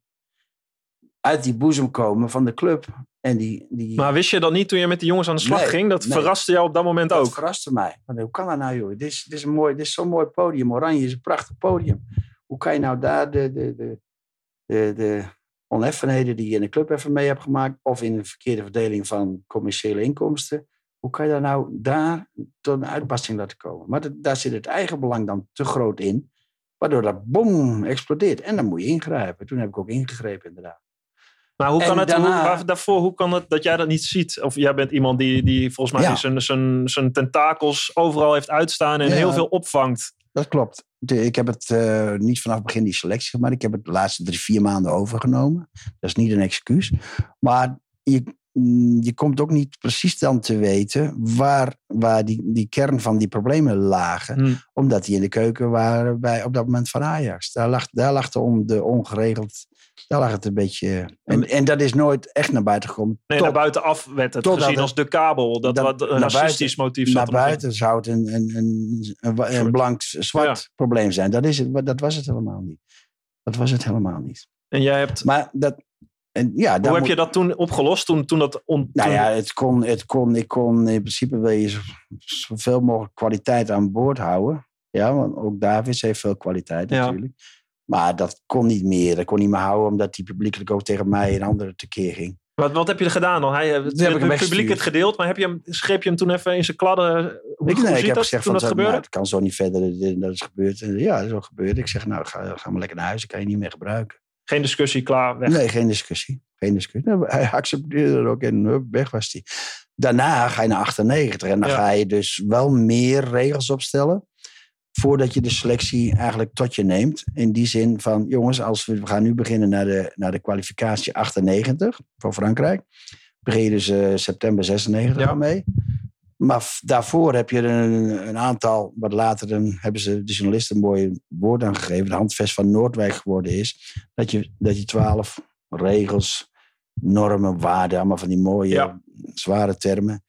uit die boezem komen van de club. En die, die... Maar wist je dat niet toen je met die jongens aan de slag nee, ging? Dat nee. verraste jou op dat moment dat ook? Dat verraste mij. Maar hoe kan dat nou, joh? Dit is, dit is, een mooi, dit is zo'n mooi podium. Oranje is een prachtig podium. Hoe kan je nou daar de, de, de, de, de oneffenheden die je in de club even mee hebt gemaakt, of in een verkeerde verdeling van commerciële inkomsten, hoe kan je daar nou daar tot een uitbarsting laten komen? Maar dat, daar zit het eigen belang dan te groot in, waardoor dat boom explodeert. En dan moet je ingrijpen. Toen heb ik ook ingegrepen, inderdaad. Maar hoe kan en het, daarna, hoe, daarvoor, hoe kan het dat jij dat niet ziet? Of jij bent iemand die, die volgens mij ja. zijn, zijn, zijn tentakels overal heeft uitstaan en ja. heel veel opvangt. Dat klopt. Ik heb het uh, niet vanaf het begin die selectie gemaakt. Ik heb het de laatste drie, vier maanden overgenomen. Dat is niet een excuus. Maar je, je komt ook niet precies dan te weten waar, waar die, die kern van die problemen lagen. Hmm. Omdat die in de keuken waren bij, op dat moment van Ajax. Daar lag, daar lag de, on, de ongeregeld... Daar lag het een beetje... En, en dat is nooit echt naar buiten gekomen. Nee, tot, naar buitenaf werd het gezien het, als de kabel. Dat, dat wat een racistisch buiten, motief zat. Naar buiten zou het een, een, een, een, een blank-zwart ja. probleem zijn. Dat, is het, dat was het helemaal niet. Dat was het helemaal niet. En jij hebt... Maar dat... En ja, Hoe heb moet, je dat toen opgelost? Toen, toen dat on, nou toen... ja, het kon, het kon, ik kon in principe wil je zoveel mogelijk kwaliteit aan boord houden. Ja, want ook Davids heeft veel kwaliteit natuurlijk. Ja. Maar dat kon niet meer. Dat kon niet meer houden, omdat hij publiekelijk ook tegen mij en anderen tekeer ging. Wat, wat heb je er gedaan dan? Hij heeft het publiek het gedeeld, maar heb je hem, schreep je hem toen even in zijn kladden? Hoe, ik, hoe nee, ziet ik heb dat gezegd toen van, dat gebeurde? Nou, het kan zo niet verder, dat is gebeurd. Ja, dat is ook gebeurd. Ik zeg, nou, ga, ga maar lekker naar huis. Ik kan je niet meer gebruiken. Geen discussie, klaar, weg? Nee, geen discussie. Geen discussie. Nou, hij accepteerde er ook en weg was hij. Daarna ga je naar achtennegentig en dan ja. ga je dus wel meer regels opstellen voordat je de selectie eigenlijk tot je neemt. In die zin van, jongens, als we, we gaan nu beginnen naar de, naar de kwalificatie achtennegentig voor Frankrijk. Begin je dus uh, september zesennegentig ja. mee. Maar f- daarvoor heb je een, een aantal, wat later dan hebben ze de journalisten een mooi woord aan gegeven, de handvest van Noordwijk geworden is, dat je, dat je twaalf regels, normen, waarden, allemaal van die mooie, ja. zware termen,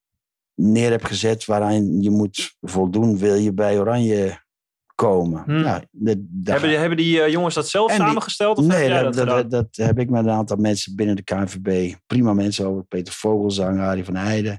neer hebt gezet waaraan je moet voldoen, wil je bij Oranje komen. Hmm. Nou, de, de, hebben, die, hebben die uh, jongens dat zelf samengesteld? Of nee, heb jij dat, dat, dat, dat, dat heb ik met een aantal mensen binnen de K N V B, prima mensen over, Peter Vogelzang, Arie van Heijden,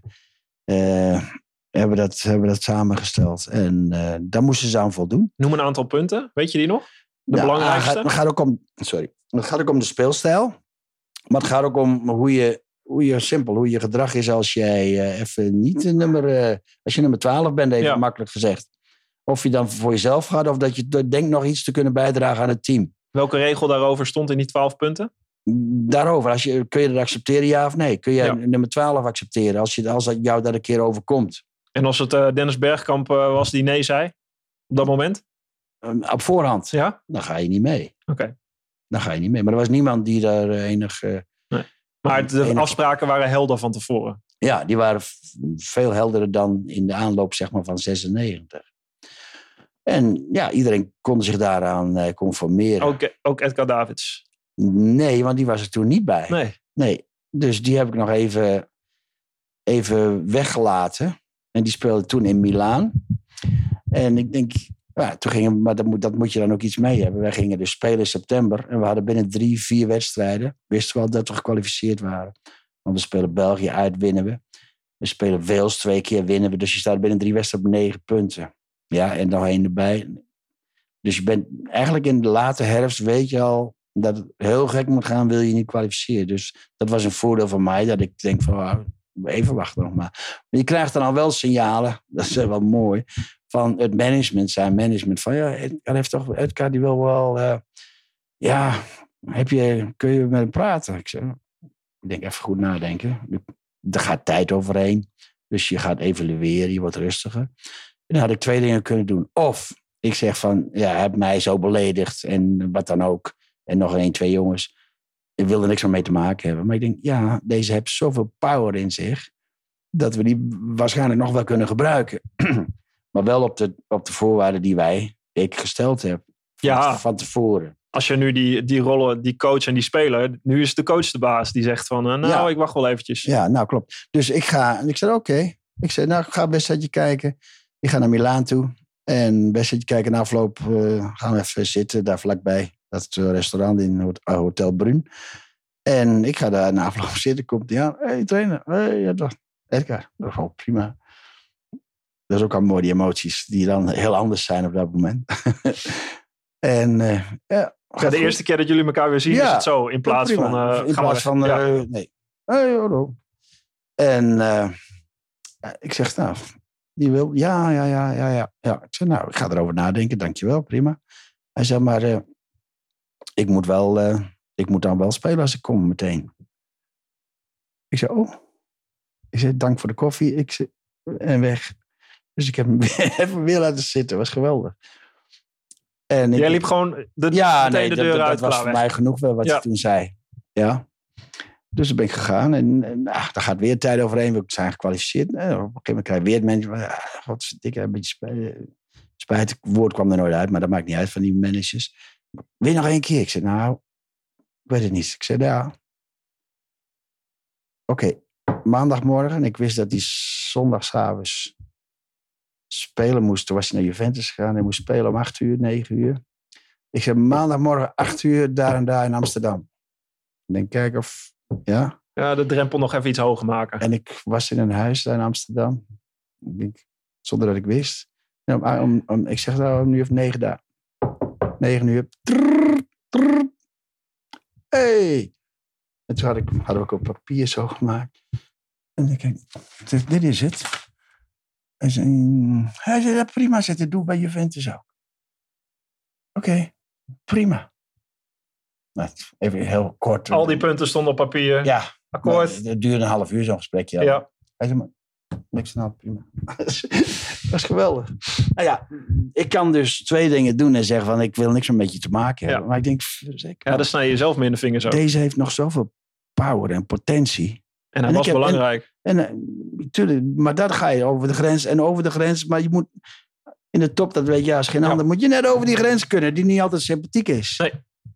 uh, hebben, dat, hebben dat samengesteld. En uh, daar moesten ze aan voldoen. Noem een aantal punten, weet je die nog? De ja, belangrijkste? Het gaat ook om, sorry, het gaat ook om de speelstijl, maar het gaat ook om hoe je Hoe je, simpel, hoe je gedrag is als jij uh, even niet een nummer... Uh, als je nummer twaalf bent, even ja. makkelijk gezegd. Of je dan voor jezelf gaat, of dat je denkt nog iets te kunnen bijdragen aan het team. Welke regel daarover stond in die twaalf punten? Daarover, als je, kun je dat accepteren, ja of nee? Kun je ja. nummer twaalf accepteren, als, je, als dat jou dat een keer overkomt? En als het uh, Dennis Bergkamp uh, was die nee zei, op dat moment? Um, op voorhand? Ja? Dan ga je niet mee. Oké. Okay. Dan ga je niet mee. Maar er was niemand die daar uh, enig... Uh, nee. Maar de enige... afspraken waren helder van tevoren. Ja, die waren veel helderder dan in de aanloop zeg maar, van zesennegentig. En ja, iedereen kon zich daaraan uh, conformeren. Ook, ook Edgar Davids? Nee, want die was er toen niet bij. Nee. Nee. Dus die heb ik nog even, even weggelaten. En die speelde toen in Milaan. En ik denk... Ja, toen gingen, maar dat moet, dat moet je dan ook iets mee hebben. Wij gingen dus spelen in september. En we hadden binnen drie, vier wedstrijden. Wisten we al dat we gekwalificeerd waren. Want we spelen België uit, winnen we. We spelen Wales twee keer, winnen we. Dus je staat binnen drie wedstrijden op negen punten. Ja, en nog één erbij. Dus je bent eigenlijk in de late herfst weet je al dat het heel gek moet gaan, wil je niet kwalificeren. Dus dat was een voordeel van mij, dat ik denk van oh, even wachten nog maar. Maar je krijgt dan al wel signalen, dat is wel mooi, van het management, zijn management, van ja, Edgar heeft toch, Edgar die wil wel, uh, ja, heb je, kun je met hem praten? Ik zeg, ik denk even goed nadenken. Er gaat tijd overheen, dus je gaat evalueren, je wordt rustiger. En dan had ik twee dingen kunnen doen. Of ik zeg van, ja, hij heeft mij zo beledigd en wat dan ook. En nog één, twee jongens. Ik wil er niks mee te maken hebben. Maar ik denk, ja, deze heeft zoveel power in zich, dat we die waarschijnlijk nog wel kunnen gebruiken. Maar wel op de, op de voorwaarden die wij, ik gesteld heb. Van, Ja. van tevoren. Als je nu die, die rollen, die coach en die speler, nu is de coach de baas. Die zegt van, uh, nou, Ja. ik wacht wel eventjes. Ja, nou klopt. Dus ik ga, en ik zei oké. Okay. Ik zei, nou, ik ga een wedstrijdje kijken. Ik ga naar Milaan toe. En een wedstrijdje kijken. Na afloop uh, gaan we even zitten daar vlakbij. Dat uh, restaurant in Hotel Brun. En ik ga daar na afloop zitten. Komt hij aan. Hé, hey, trainer. Hé, hey, ja, Edgar. Dat is wel prima. Dat is ook al mooi, die emoties. Die dan heel anders zijn op dat moment. en uh, ja. Ja, de eerste keer dat jullie elkaar weer zien, Ja, is het zo. In plaats prima. van... Uh, in gaan plaats we, van... Uh, ja. Nee. Hey, hallo. En uh, ik zeg, nou, die wil... Ja, ja, ja, ja, ja, ja. Ik zeg, nou, ik ga erover nadenken. Dankjewel, prima. Hij zei, maar uh, ik moet wel... Uh, ik moet dan wel spelen als ik kom meteen. Ik zei, oh. Ik zei, dank voor de koffie. Ik zei, en weg. Dus ik heb hem weer, even weer laten zitten. Was geweldig. En ik, Jij liep gewoon de, ja, meteen nee, de dat, deur dat, uit. dat was voor weg. mij genoeg wel wat ja. je toen zei. Ja. Dus dan ben ik gegaan. En, en ach, daar gaat weer tijd overheen. We zijn gekwalificeerd. En op een gegeven moment krijg je weer het manager. Ja, godverdikke, een beetje spijt. spijt. Het woord kwam er nooit uit. Maar dat maakt niet uit van die managers. Weer nog één keer. Ik zei, nou, ik weet het niet. Ik zei, ja. Oké. Okay. Maandagmorgen. En ik wist dat die zondagsavonds spelen moest. Toen was hij naar Juventus gegaan. Hij moest spelen om acht uur, negen uur. Ik zei, maandagmorgen acht uur, daar en daar in Amsterdam. Ik denk, kijk of... Ja. Ja, de drempel nog even iets hoger maken. En ik was in een huis daar in Amsterdam. Ik denk, zonder dat ik wist. En om, om, om, ik zeg, nou, nu of negen daar. Negen uur. Trrr, trrr. Hey! En toen had ik, hadden we ook op papier zo gemaakt. En ik denk, dit, dit is het. Hij zei, hij zei, ja, prima, zet het doe bij Juventus ook. Oké, okay, prima. Nou, even heel kort. Al die punten stonden op papier. Ja. Akkoord. Het duurde een half uur zo'n gesprekje. Ja. ja. Hij zei, maar, niks aan, prima. Dat was geweldig. Nou ja, ik kan dus twee dingen doen en zeggen van, ik wil niks meer met je te maken hebben. Ja. Maar ik denk, zeker. Ja, dan snij je jezelf meer in de vingers ook. Deze heeft nog zoveel power en potentie. En hij en was heb, belangrijk. En, en, tuurlijk, maar dat ga je over de grens en over de grens. Maar je moet in de top, dat weet je als geen ja. ander, moet je net over die grens kunnen, die niet altijd sympathiek is. Nee,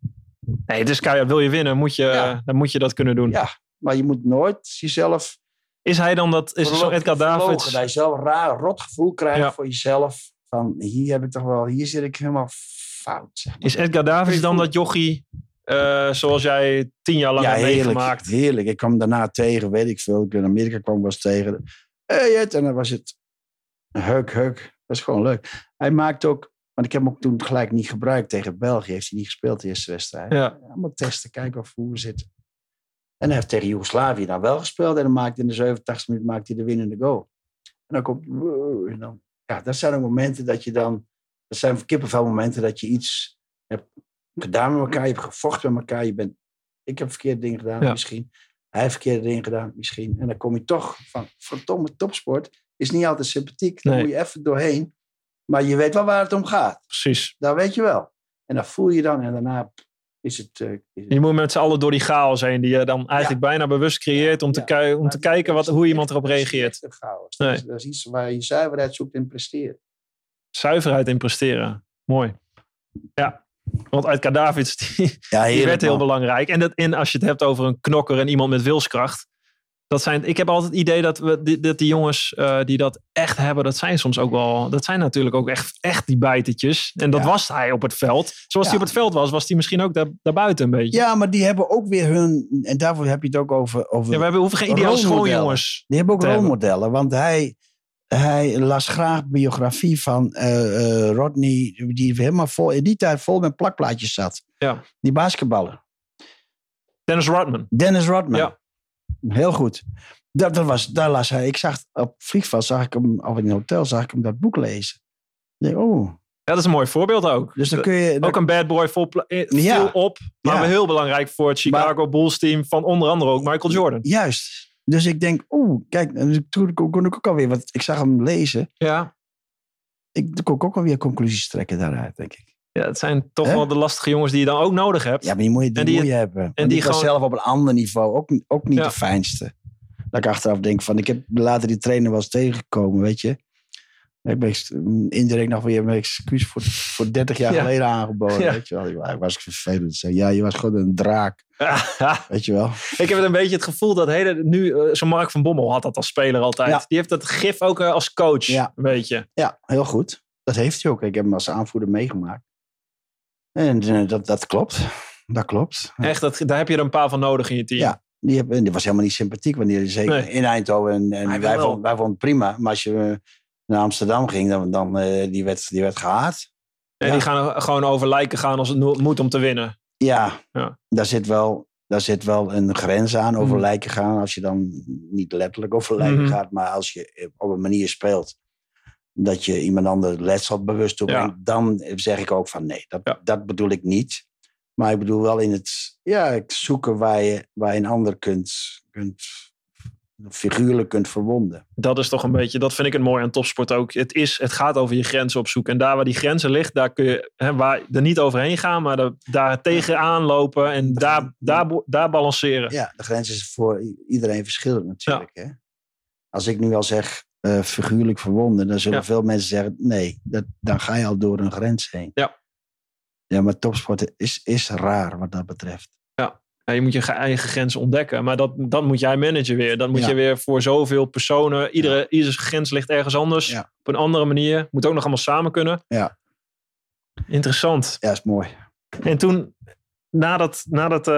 nee het is keihard. Wil je winnen, moet je, ja. dan moet je dat kunnen doen. Ja, maar je moet nooit jezelf... Is hij dan dat... Is zo Edgar Davids... Dat je zelf een raar, rot gevoel krijgt ja. voor jezelf. Van, hier heb ik toch wel... Hier zit ik helemaal fout. Zeg maar. Is Edgar Davids dan dat jochie... Uh, zoals jij tien jaar lang ja, hebt heerlijk, meegemaakt? heerlijk. Ik kwam daarna tegen, weet ik veel. Ik in Amerika kwam was tegen. Hey, het, en dan was het... Huk, huk. Dat was gewoon leuk. Hij maakt ook... Want ik heb hem ook toen gelijk niet gebruikt tegen België. Heeft hij niet gespeeld, de eerste wedstrijd. Ja. Allemaal testen, kijken of hoe we zitten. En hij heeft tegen Joegoslavië dan wel gespeeld. En dan maakte in de zevenentachtigste minuut maakte hij de winnende goal. En dan komt... En dan, ja, dat zijn ook momenten dat je dan... Dat zijn kippenvel momenten dat je iets hebt gedaan met elkaar. Je hebt gevochten met elkaar. Je bent, ik heb verkeerde dingen gedaan, ja. misschien. Hij heeft verkeerde dingen gedaan, misschien. En dan kom je toch van... Verdomme, topsport is niet altijd sympathiek. Daar nee. moet je even doorheen. Maar je weet wel waar het om gaat. Precies. Dat weet je wel. En dat voel je dan. En daarna... Is het, uh, is het... Je moet met z'n allen door die chaos heen, die je dan eigenlijk ja. bijna bewust creëert om ja. te, ku- om te kijken wat, hoe iemand erop reageert. Dat is, chaos. Nee. dat, is, dat is iets waar je zuiverheid zoekt in presteren. Zuiverheid in presteren. Mooi. Ja, want Edgar Davids, die, ja, die werd heel man. belangrijk. En, dat, en als je het hebt over een knokker en iemand met wilskracht. Dat zijn, ik heb altijd het idee dat, we, die, dat die jongens uh, die dat echt hebben, dat zijn soms ook wel, dat zijn natuurlijk ook echt, echt die bijtetjes. En dat ja. was hij op het veld. Zoals ja. hij op het veld was, was hij misschien ook daar, daarbuiten een beetje. Ja, maar die hebben ook weer hun, en daarvoor heb je het ook over... over ja, we hebben, hoeven geen ideale schooljongens. Die hebben ook rolmodellen, want hij, Hij las graag biografie van uh, uh, Rodney, die helemaal vol, in die tijd vol met plakplaatjes zat. Ja. Die basketballer. Dennis Rodman. Dennis Rodman. Ja. Heel goed. Dat, dat was, daar las hij. Ik zag op vliegveld, zag ik hem, of in een hotel, zag ik hem dat boek lezen. Ik denk, oh. Ja, dat is een mooi voorbeeld ook. Dus dan kun je, dan, ook een bad boy vol, veel ja. op, maar ja. heel belangrijk voor het Chicago maar, Bulls team van onder andere ook Michael Jordan. Juist. Dus ik denk, oeh, kijk, toen kon ik ook alweer, want ik zag hem lezen. Ja. Ik kon ook alweer conclusies trekken daaruit, denk ik. Ja, het zijn toch He? wel de lastige jongens die je dan ook nodig hebt. Ja, maar die moet je, die die, moet je hebben. En die, die gewoon zelf op een ander niveau ook, ook niet ja. de fijnste. Dat ik achteraf denk van, ik heb later die trainer wel eens tegengekomen, weet je. Ik ben indirect nog weer mijn excuus voor, voor dertig jaar ja. geleden aangeboden. Ja. Weet je wel. Ik was vervelend. Ja, je was gewoon een draak. Weet je wel. Ik heb een beetje het gevoel dat hele, nu, uh, zo'n Mark van Bommel had dat als speler altijd. Ja. Die heeft dat gif ook uh, als coach. Ja. Een beetje. Ja, heel goed. Dat heeft hij ook. Ik heb hem als aanvoerder meegemaakt. En uh, dat, dat klopt. Dat klopt. Echt, dat, daar heb je er een paar van nodig in je team. Ja. Die, heb, die was helemaal niet sympathiek. Want die, zeker nee. in Eindhoven. En, en wij, vonden, wij vonden het prima. Maar als je uh, naar Amsterdam ging, dan, dan uh, die, werd, die werd gehaat. En ja. die gaan gewoon over lijken gaan als het no- moet om te winnen. Ja, ja. Daar, zit wel, daar zit wel een grens aan over mm. lijken gaan. Als je dan niet letterlijk over lijken mm. gaat. Maar als je op een manier speelt dat je iemand anders letsel bewust opbrengt. Ja. Dan zeg ik ook van nee, dat, ja. dat bedoel ik niet. Maar ik bedoel wel in het ja, zoeken waar je, waar je een ander kunt, kunt figuurlijk kunt verwonden. Dat is toch een beetje, dat vind ik het mooi aan topsport ook. Het, is, het gaat over je grenzen opzoeken. En daar waar die grenzen ligt, daar kun je hè, waar, er niet overheen gaan, maar er, daar tegenaan lopen en de, daar, daar, daar balanceren. Ja, de grens is voor iedereen verschillend natuurlijk. Ja. Hè? Als ik nu al zeg uh, figuurlijk verwonden, dan zullen ja. veel mensen zeggen, nee, dat, dan ga je al door een grens heen. Ja. Ja, maar topsport is, is raar wat dat betreft. Ja. Ja, je moet je eigen grens ontdekken. Maar dat, dat moet jij managen weer. Dan moet ja. je weer voor zoveel personen. Iedere, ja. iedere grens ligt ergens anders. Ja. Op een andere manier. Moet ook nog allemaal samen kunnen. Ja. Interessant. Ja, is mooi. En toen, nadat, nadat uh,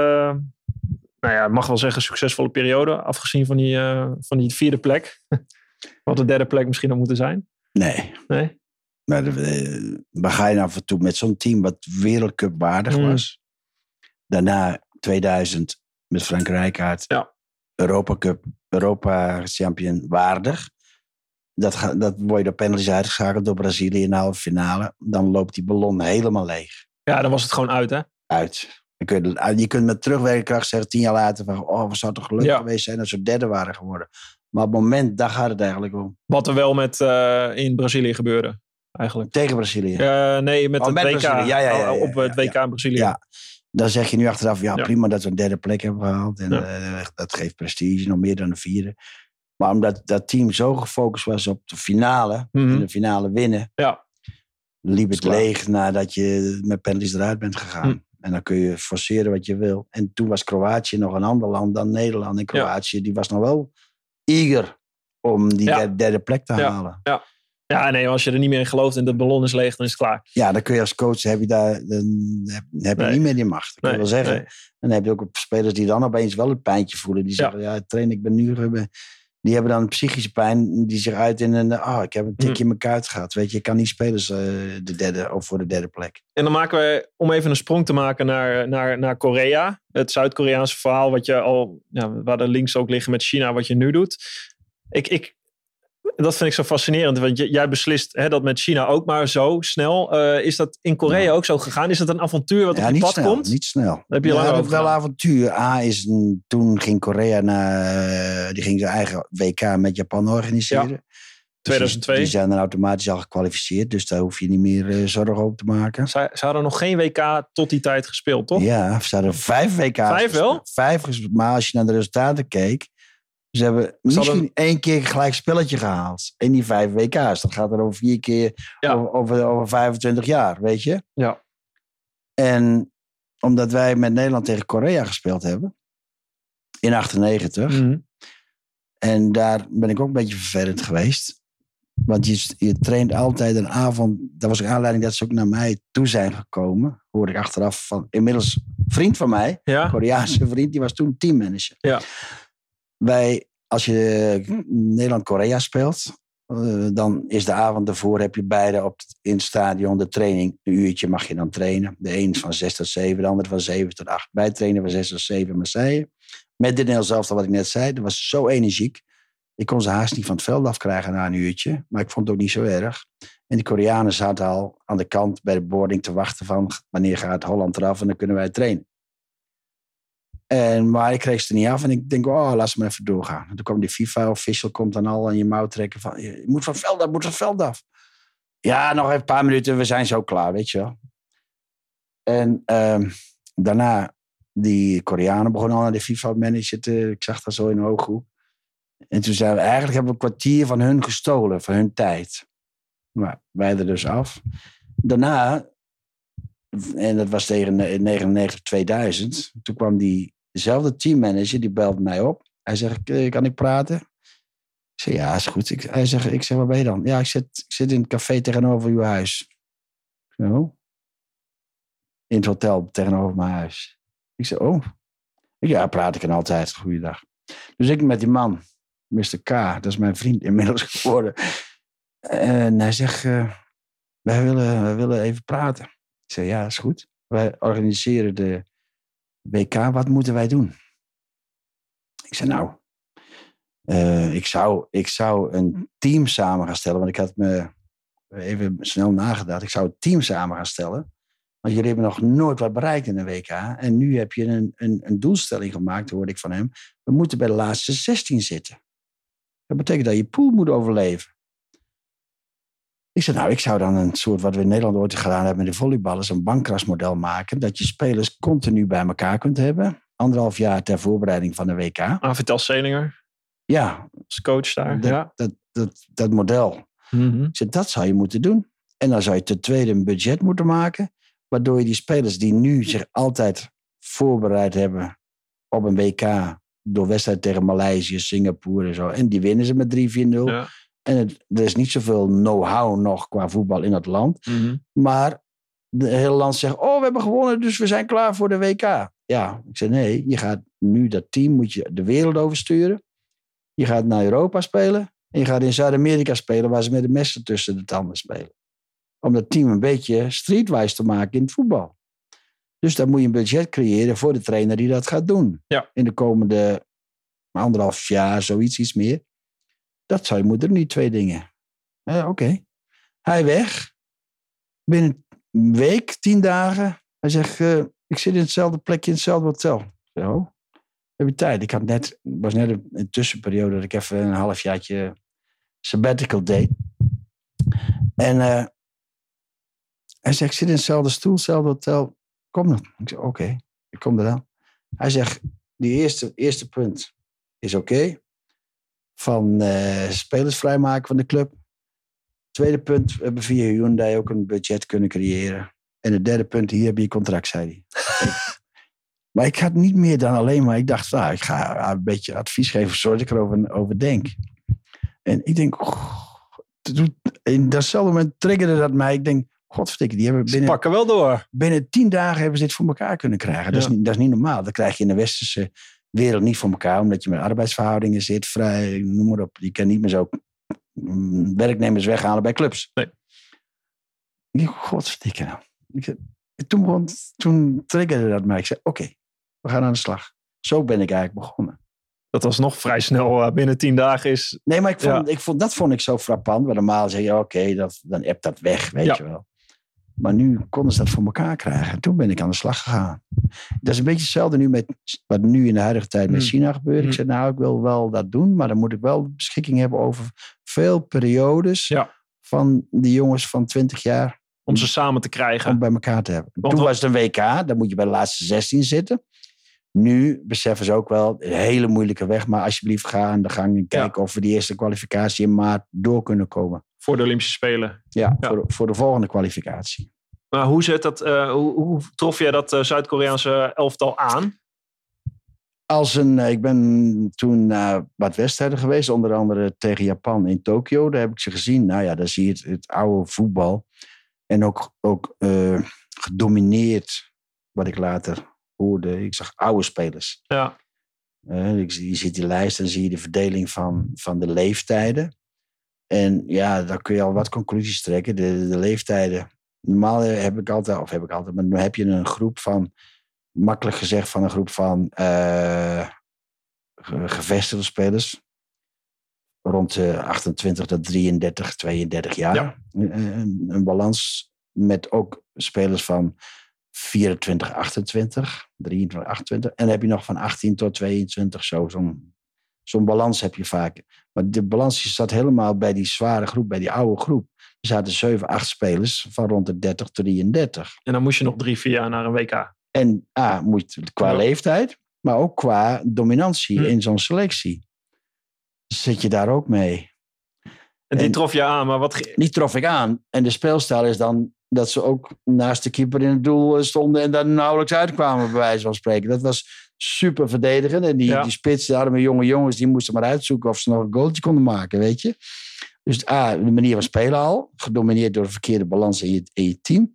nou ja, ik mag wel zeggen, succesvolle periode. Afgezien van die, uh, van die vierde plek. Wat de derde plek misschien nog moeten zijn. Nee. Nee? Maar de, waar ga je af en toe met zo'n team wat wereldcup waardig mm. was. Daarna tweeduizend met Frank Rijkaard. Ja. Europa Cup, Europa champion waardig. Dat, ga, dat word je door penalties uitgeschakeld door Brazilië in de halve finale. Dan loopt die ballon helemaal leeg. Ja, dan was het gewoon uit, hè? Uit. Je kunt, je kunt met terugwerkende kracht zeggen tien jaar later van, oh, we zouden toch gelukkig ja. geweest zijn als we derde waren geworden. Maar op het moment, daar gaat het eigenlijk om. Wat er wel met uh, in Brazilië gebeurde, eigenlijk. Tegen Brazilië? Uh, nee, met oh, het met W K. Ja, ja, ja, ja, op het W K ja. in Brazilië. Ja. Dan zeg je nu achteraf, ja, ja prima dat we een derde plek hebben gehaald. En ja. uh, dat geeft prestige, nog meer dan een vierde. Maar omdat dat team zo gefocust was op de finale, mm-hmm. en de finale winnen, ja. liep het leeg nadat je met penalties eruit bent gegaan. Mm. En dan kun je forceren wat je wil. En toen was Kroatië nog een ander land dan Nederland. En Kroatië, ja. die was nog wel eager om die ja. derde plek te ja. halen. Ja. Ja, nee, als je er niet meer in gelooft en de ballon is leeg, dan is het klaar. Ja, dan kun je als coach, heb je, daar, dan heb, heb je nee. niet meer die macht. Dat kan nee, je wel zeggen. Nee. En dan heb je ook spelers die dan opeens wel het pijntje voelen. Die zeggen, ja, ja train, ik ben nu... Die hebben dan een psychische pijn die zich uit in een... Oh, ik heb een tikje in mijn kuit gehad. Weet je, je kan niet spelen uh, de derde, of voor de derde plek. En dan maken we, om even een sprong te maken naar, naar, naar Korea. Het Zuid-Koreaanse verhaal, wat je al... Ja, waar de links ook liggen met China, wat je nu doet. Ik... ik Dat vind ik zo fascinerend, want jij beslist hè, dat met China ook maar zo snel. Uh, is dat in Korea ja. ook zo gegaan? Is dat een avontuur wat ja, op je pad snel, komt? Niet snel. Dat heb je ja, lang over wel avontuur. A is een, toen ging Korea naar, uh, die ging zijn eigen W K met Japan organiseren. Ja. tweeduizend twee. Dus die, die zijn dan automatisch al gekwalificeerd, dus daar hoef je niet meer uh, zorgen over te maken. Ze, ze hadden nog geen W K tot die tijd gespeeld, toch? Ja, ze hadden vijf W K's. Vijf wel? Vijf, maar als je naar de resultaten keek. Ze hebben misschien hadden... één keer gelijk spelletje gehaald. In die vijf W K's. Dat gaat er over vier keer ja. over, over, over vijfentwintig jaar, weet je? Ja. En omdat wij met Nederland tegen Korea gespeeld hebben. In achtennegentig. Mm-hmm. En daar ben ik ook een beetje vervelend geweest. Want je, je traint altijd een avond. Dat was een aanleiding dat ze ook naar mij toe zijn gekomen. Hoorde ik achteraf van inmiddels vriend van mij. Ja. Koreaanse vriend. Die was toen teammanager. Ja. Wij, als je Nederland-Korea speelt, Uh, dan is de avond ervoor, heb je beide op het, in het stadion de training. Een uurtje mag je dan trainen. De een van zes tot zeven, de ander van zeven tot acht. Wij trainen van zes tot zeven in Marseille. Met dit Nederlands elftal wat ik net zei. Dat was zo energiek. Ik kon ze haast niet van het veld afkrijgen na een uurtje. Maar ik vond het ook niet zo erg. En die Koreanen zaten al aan de kant bij de boarding te wachten van wanneer gaat Holland eraf en dan kunnen wij trainen. En, maar ik kreeg ze er niet af en ik denk, oh, laat ze maar even doorgaan. En toen kwam die FIFA-official, komt dan al aan je mouw trekken van, je moet van het veld af, moet van het veld af. Ja, nog even een paar minuten, we zijn zo klaar, weet je wel. En um, daarna, die Koreanen begonnen al naar de FIFA-manager te, ik zag dat zo in de ooghoek. En toen zeiden we, eigenlijk hebben we een kwartier van hun gestolen, van hun tijd. Maar wij er dus af. Daarna, en dat was tegen negenennegentig tweeduizend, toen kwam die dezelfde teammanager, die belde mij op. Hij zegt, kan ik praten? Ik zeg, ja, is goed. Ik, hij zegt, ik zeg, waar ben je dan? Ja, ik zit, ik zit in het café tegenover uw huis. Zo. In het hotel tegenover mijn huis. Ik zeg, oh. Ja, praat ik er altijd. Goeiedag. Dus ik met die man, mister K, dat is mijn vriend inmiddels geworden. En hij zegt, uh, wij, willen, wij willen even praten. Ik zeg, ja, is goed. Wij organiseren de W K, wat moeten wij doen? Ik zei, nou, uh, ik, zou, ik zou een team samen gaan stellen. Want ik had me even snel nagedacht. Ik zou een team samen gaan stellen. Want jullie hebben nog nooit wat bereikt in een W K. En nu heb je een, een, een doelstelling gemaakt, hoorde ik van hem. We moeten bij de laatste zestien zitten. Dat betekent dat je pool moet overleven. Ik zei, nou, ik zou dan een soort, wat we in Nederland ooit gedaan hebben met de volleyballers, een bankkrasmodel maken. Dat je spelers continu bij elkaar kunt hebben. Anderhalf jaar ter voorbereiding van de W K. Avital Selinger. Ja. Als coach daar. Dat, ja. dat, dat, dat model. Mm-hmm. Ik zei, dat zou je moeten doen. En dan zou je ten tweede een budget moeten maken. Waardoor je die spelers die nu zich altijd voorbereid hebben op een W K. Door wedstrijd tegen Maleisië, Singapore en zo. En die winnen ze met drie vier nul. Ja. En het, er is niet zoveel know-how nog qua voetbal in het land. Mm-hmm. Maar het hele land zegt, oh, we hebben gewonnen, dus we zijn klaar voor de W K. Ja, ik zeg nee, je gaat nu dat team, moet je de wereld oversturen. Je gaat naar Europa spelen. En je gaat in Zuid-Amerika spelen, waar ze met de messen tussen de tanden spelen. Om dat team een beetje streetwise te maken in het voetbal. Dus dan moet je een budget creëren voor de trainer die dat gaat doen. Ja. In de komende anderhalf jaar, zoiets, iets meer. Dat zou je moeten doen, die twee dingen. Ja, Oké. Okay. Hij weg. Binnen een week, tien dagen. Hij zegt, uh, ik zit in hetzelfde plekje, in hetzelfde hotel. Zo. Heb je tijd? Ik had net, het was net een, een tussenperiode dat ik even een halfjaartje sabbatical deed. En uh, hij zegt, ik zit in hetzelfde stoel, hetzelfde hotel. Kom dan. Ik zeg, oké, okay, ik kom eraan. Hij zegt, die eerste, eerste punt is oké. Okay. Van uh, spelers vrijmaken van de club. Tweede punt, we hebben via Hyundai ook een budget kunnen creëren. En het derde punt, hier heb je je contract, zei hij. Maar ik had niet meer dan alleen maar, ik dacht, nou, ik ga een beetje advies geven, zodat ik erover over denk. En ik denk, oh, in datzelfde moment triggerde dat mij. Ik denk, godverdikke, die hebben binnen... Ze pakken wel door. Binnen tien dagen hebben ze dit voor elkaar kunnen krijgen. Ja. Dat, is niet, dat is niet normaal. Dat krijg je in de westerse wereld niet voor elkaar, omdat je met arbeidsverhoudingen zit, vrij, noem maar op. Je kan niet meer zo werknemers weghalen bij clubs. Nee. Ik dacht, godverdikke nou. Ik, toen, begon, toen triggerde dat mij. Ik zei, oké, okay, we gaan aan de slag. Zo ben ik eigenlijk begonnen. Dat was nog vrij snel, uh, binnen tien dagen is... Nee, maar ik vond, ja. ik vond, dat vond ik zo frappant. Want normaal zeg je, oké, okay, dan appt dat weg, weet ja. je wel. Maar nu konden ze dat voor elkaar krijgen. En toen ben ik aan de slag gegaan. Dat is een beetje hetzelfde nu met wat nu in de huidige tijd met mm. China gebeurt. Mm. Ik zei, nou, ik wil wel dat doen. Maar dan moet ik wel beschikking hebben over veel periodes ja. van die jongens van twintig jaar. Om ze samen te krijgen. Om bij elkaar te hebben. Want toen was het een W K. Dan moet je bij de laatste zestien zitten. Nu beseffen ze ook wel, een hele moeilijke weg. Maar alsjeblieft ga aan de gang en kijken ja. of we die eerste kwalificatie in maart door kunnen komen. Voor de Olympische Spelen. Ja, ja. Voor, voor de volgende kwalificatie. Maar hoe, zit dat, uh, hoe, hoe trof jij dat uh, Zuid-Koreaanse elftal aan? Als een, ik ben toen naar wat wedstrijden geweest. Onder andere tegen Japan in Tokio. Daar heb ik ze gezien. Nou ja, daar zie je het, het oude voetbal. En ook, ook uh, gedomineerd, wat ik later hoorde. Ik zag oude spelers. Ja. Uh, je ziet die lijst en zie je de verdeling van, van de leeftijden. En ja, daar kun je al wat conclusies trekken. De, de leeftijden. Normaal heb ik altijd, of heb ik altijd, maar dan heb je een groep van, makkelijk gezegd, van een groep van uh, gevestigde spelers. Rond de achtentwintig tot drieëndertig, tweeëndertig jaar. Ja. Een, een balans met ook spelers van vierentwintig, achtentwintig, drieëntwintig, achtentwintig. En dan heb je nog van achttien tot tweeëntwintig. Zo, zo'n, zo'n balans heb je vaak. Maar de balans zat helemaal bij die zware groep, bij die oude groep. Er zaten zeven, acht spelers van rond de dertig tot drieëndertig. En dan moest je nog drie, vier jaar naar een W K. En ah, moet je qua ja. leeftijd, maar ook qua dominantie hm. in zo'n selectie. Zit je daar ook mee. En die en, trof je aan, maar wat... Die trof ik aan. En de speelstijl is dan dat ze ook naast de keeper in het doel stonden en daar nauwelijks uitkwamen, bij wijze van spreken. Dat was super verdedigend. En die, ja. die spits, de arme jonge jongens, die moesten maar uitzoeken of ze nog een goaltje konden maken, weet je. Dus ah, de manier van spelen al, gedomineerd door de verkeerde balans in je, in je team.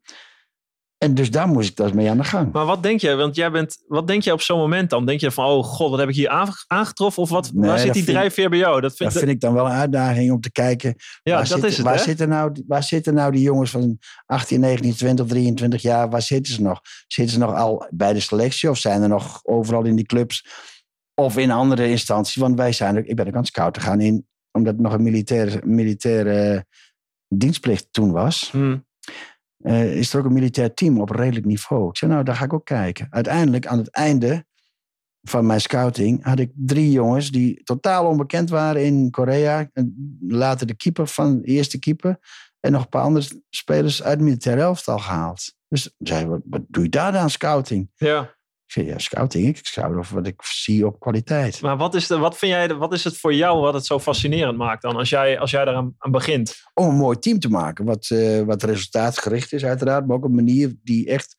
En dus daar moest ik dus mee aan de gang. Maar wat denk je? Want jij bent, wat denk je op zo'n moment dan? Denk je van, oh god, wat heb ik hier aangetroffen? Of wat, nee, waar zit die drijfveer bij jou? Dat vind, dat vind ik dan wel een uitdaging om te kijken. Ja, waar dat zit, is het, waar hè? Zitten nou, waar zitten nou die jongens van achttien, negentien, twintig, drieëntwintig jaar? Waar zitten ze nog? Zitten ze nog al bij de selectie? Of zijn er nog overal in die clubs? Of in andere instanties? Want wij zijn er, ik ben ook aan het scouten gaan in, omdat het nog een militaire, militaire dienstplicht toen was. Hmm. Uh, is er ook een militair team op redelijk niveau. Ik zei, nou, daar ga ik ook kijken. Uiteindelijk, aan het einde van mijn scouting, had ik drie jongens die totaal onbekend waren in Korea. En later de keeper van de eerste keeper. En nog een paar andere spelers uit het militair elftal gehaald. Dus zei, wat, wat doe je daar aan scouting? Ja. Ik zei, ja, scouting. Ik scout of wat ik zie op kwaliteit. Maar wat is, de, wat vind jij, wat is het voor jou wat het zo fascinerend maakt dan? Als jij, als jij eraan aan begint? Om een mooi team te maken. Wat, uh, wat resultaatgericht is uiteraard. Maar ook een manier die echt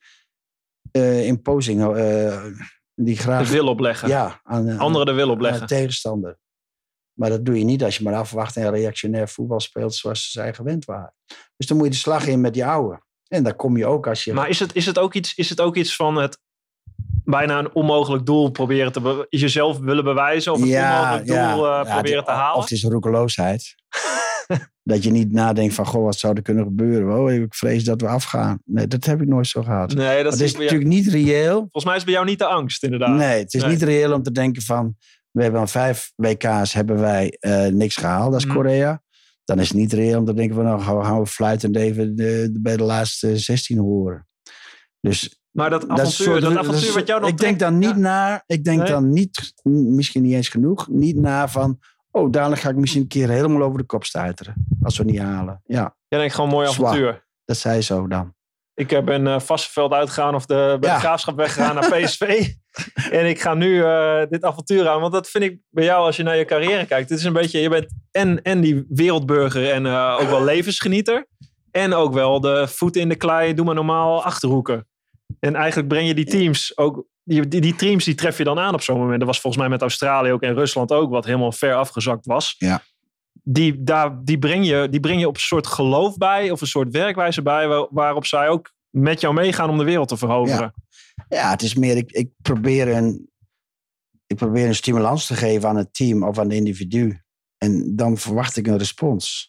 uh, imposing... Uh, die graag... De wil opleggen. Ja. Aan, aan, Anderen de wil opleggen. Aan de tegenstander. Maar dat doe je niet als je maar afwacht en reactionair voetbal speelt zoals ze zijn gewend waren. Dus dan moet je de slag in met die oude. En daar kom je ook als je... Maar is het, is het, ook, iets, is het ook iets van het... bijna een onmogelijk doel proberen te be- jezelf willen bewijzen of een ja, onmogelijk doel ja, uh, ja, proberen die, te halen? Of het is roekeloosheid. Dat je niet nadenkt van, goh, wat zou er kunnen gebeuren? Oh, ik vrees dat we afgaan. Nee, dat heb ik nooit zo gehad. Nee, dat is, is natuurlijk jou... niet reëel. Volgens mij is het bij jou niet de angst, inderdaad. Nee, het is nee. niet reëel om te denken van, we hebben aan vijf W K's hebben wij uh, niks gehaald, dat is mm. Korea. Dan is het niet reëel om te denken van, nou gaan we fluitend even de, de, bij de laatste zestien horen. Dus... Maar dat avontuur, dat, soort, dat avontuur wat jou nog Ik denk dan niet ja. na, ik denk nee? dan niet, misschien niet eens genoeg, niet na van, oh, dadelijk ga ik misschien een keer helemaal over de kop stuiteren. Als we niet halen. Ja. Jij denkt gewoon mooi avontuur. Zwaar. Dat zei zo dan. Ik ben uh, Vassenveld uitgegaan of de, bij ja. de Graafschap weggegaan naar P S V. En ik ga nu uh, dit avontuur aan. Want dat vind ik bij jou als je naar je carrière kijkt. Het is een beetje, je bent en, en die wereldburger en uh, ook wel levensgenieter. En ook wel de voeten in de klei, doe maar normaal, achterhoeken. En eigenlijk breng je die teams ook... Die, die, die teams die tref je dan aan op zo'n moment. Dat was volgens mij met Australië ook en Rusland ook, wat helemaal ver afgezakt was. Ja. Die, daar, die, breng je, die breng je op een soort geloof bij, of een soort werkwijze bij, waar, waarop zij ook met jou meegaan om de wereld te veroveren. Ja, ja het is meer, ik, ik, probeer een, ik probeer een stimulans te geven aan het team of aan het individu. En dan verwacht ik een respons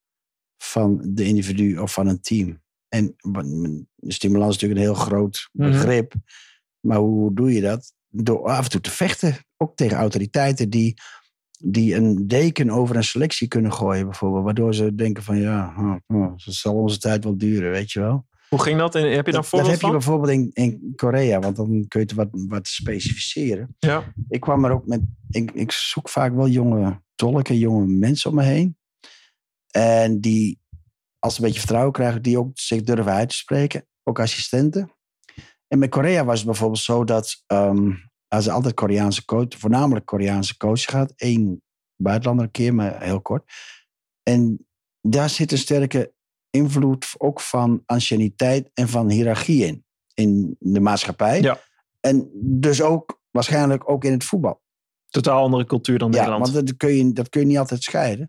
van de individu of van een team. En stimulans is natuurlijk een heel groot begrip. Mm-hmm. Maar hoe doe je dat? Door af en toe te vechten. Ook tegen autoriteiten die, die een deken over een selectie kunnen gooien bijvoorbeeld. Waardoor ze denken van ja, oh, oh, dat zal onze tijd wel duren, weet je wel. Hoe ging dat? En heb je daar voorbeeld van? Dat heb je van? bijvoorbeeld in, in Korea. Want dan kun je het wat, wat specificeren. Ja. Ik kwam er ook met... Ik, ik zoek vaak wel jonge tolken, jonge mensen om me heen. En die... als ze een beetje vertrouwen krijgen, die ook zich durven uit te spreken. Ook assistenten. En met Korea was het bijvoorbeeld zo dat... Um, als er altijd Koreaanse coach, voornamelijk Koreaanse coach gaat. Eén buitenlander een keer, maar heel kort. En daar zit een sterke invloed ook van anciëniteit en van hiërarchie in. In de maatschappij. Ja. En dus ook waarschijnlijk ook in het voetbal. Totaal andere cultuur dan Nederland. Ja, want dat kun je, dat kun je niet altijd scheiden.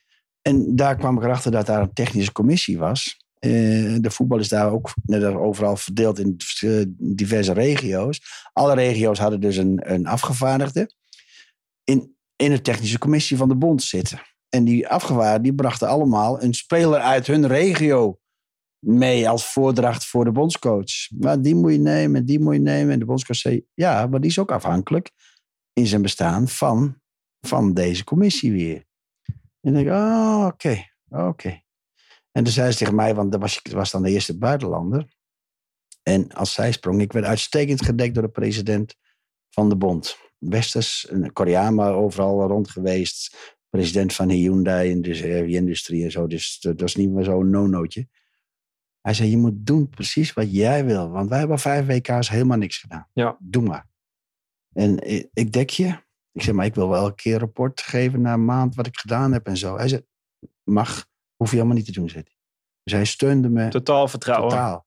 En daar kwam ik erachter dat daar een technische commissie was. Uh, de voetbal is daar ook net als overal verdeeld in uh, diverse regio's. Alle regio's hadden dus een, een afgevaardigde in, in de technische commissie van de bond zitten. En die afgevaardigden die brachten allemaal een speler uit hun regio mee als voordracht voor de bondscoach. Maar die moet je nemen, die moet je nemen. En de bondscoach zei, ja, maar die is ook afhankelijk in zijn bestaan van, van deze commissie weer. En ik denk, oh, oké, okay, oké. Okay. En toen zei ze tegen mij, want dat was, was dan de eerste buitenlander. En als zij sprong, ik werd uitstekend gedekt door de president van de bond. Westers, een Koreaan, maar overal rond geweest. President van Hyundai en dus heavy industrie en zo. Dus dat was niet meer zo'n no-nootje. Hij zei, je moet doen precies wat jij wil. Want wij hebben vijf W K's helemaal niks gedaan. Ja. Doe maar. En ik dek je. Ik zeg, maar ik wil wel elke keer een rapport geven na een maand wat ik gedaan heb en zo. Hij zei, mag, hoef je helemaal niet te doen, zei hij. Dus hij steunde me. Totaal vertrouwen. Totaal.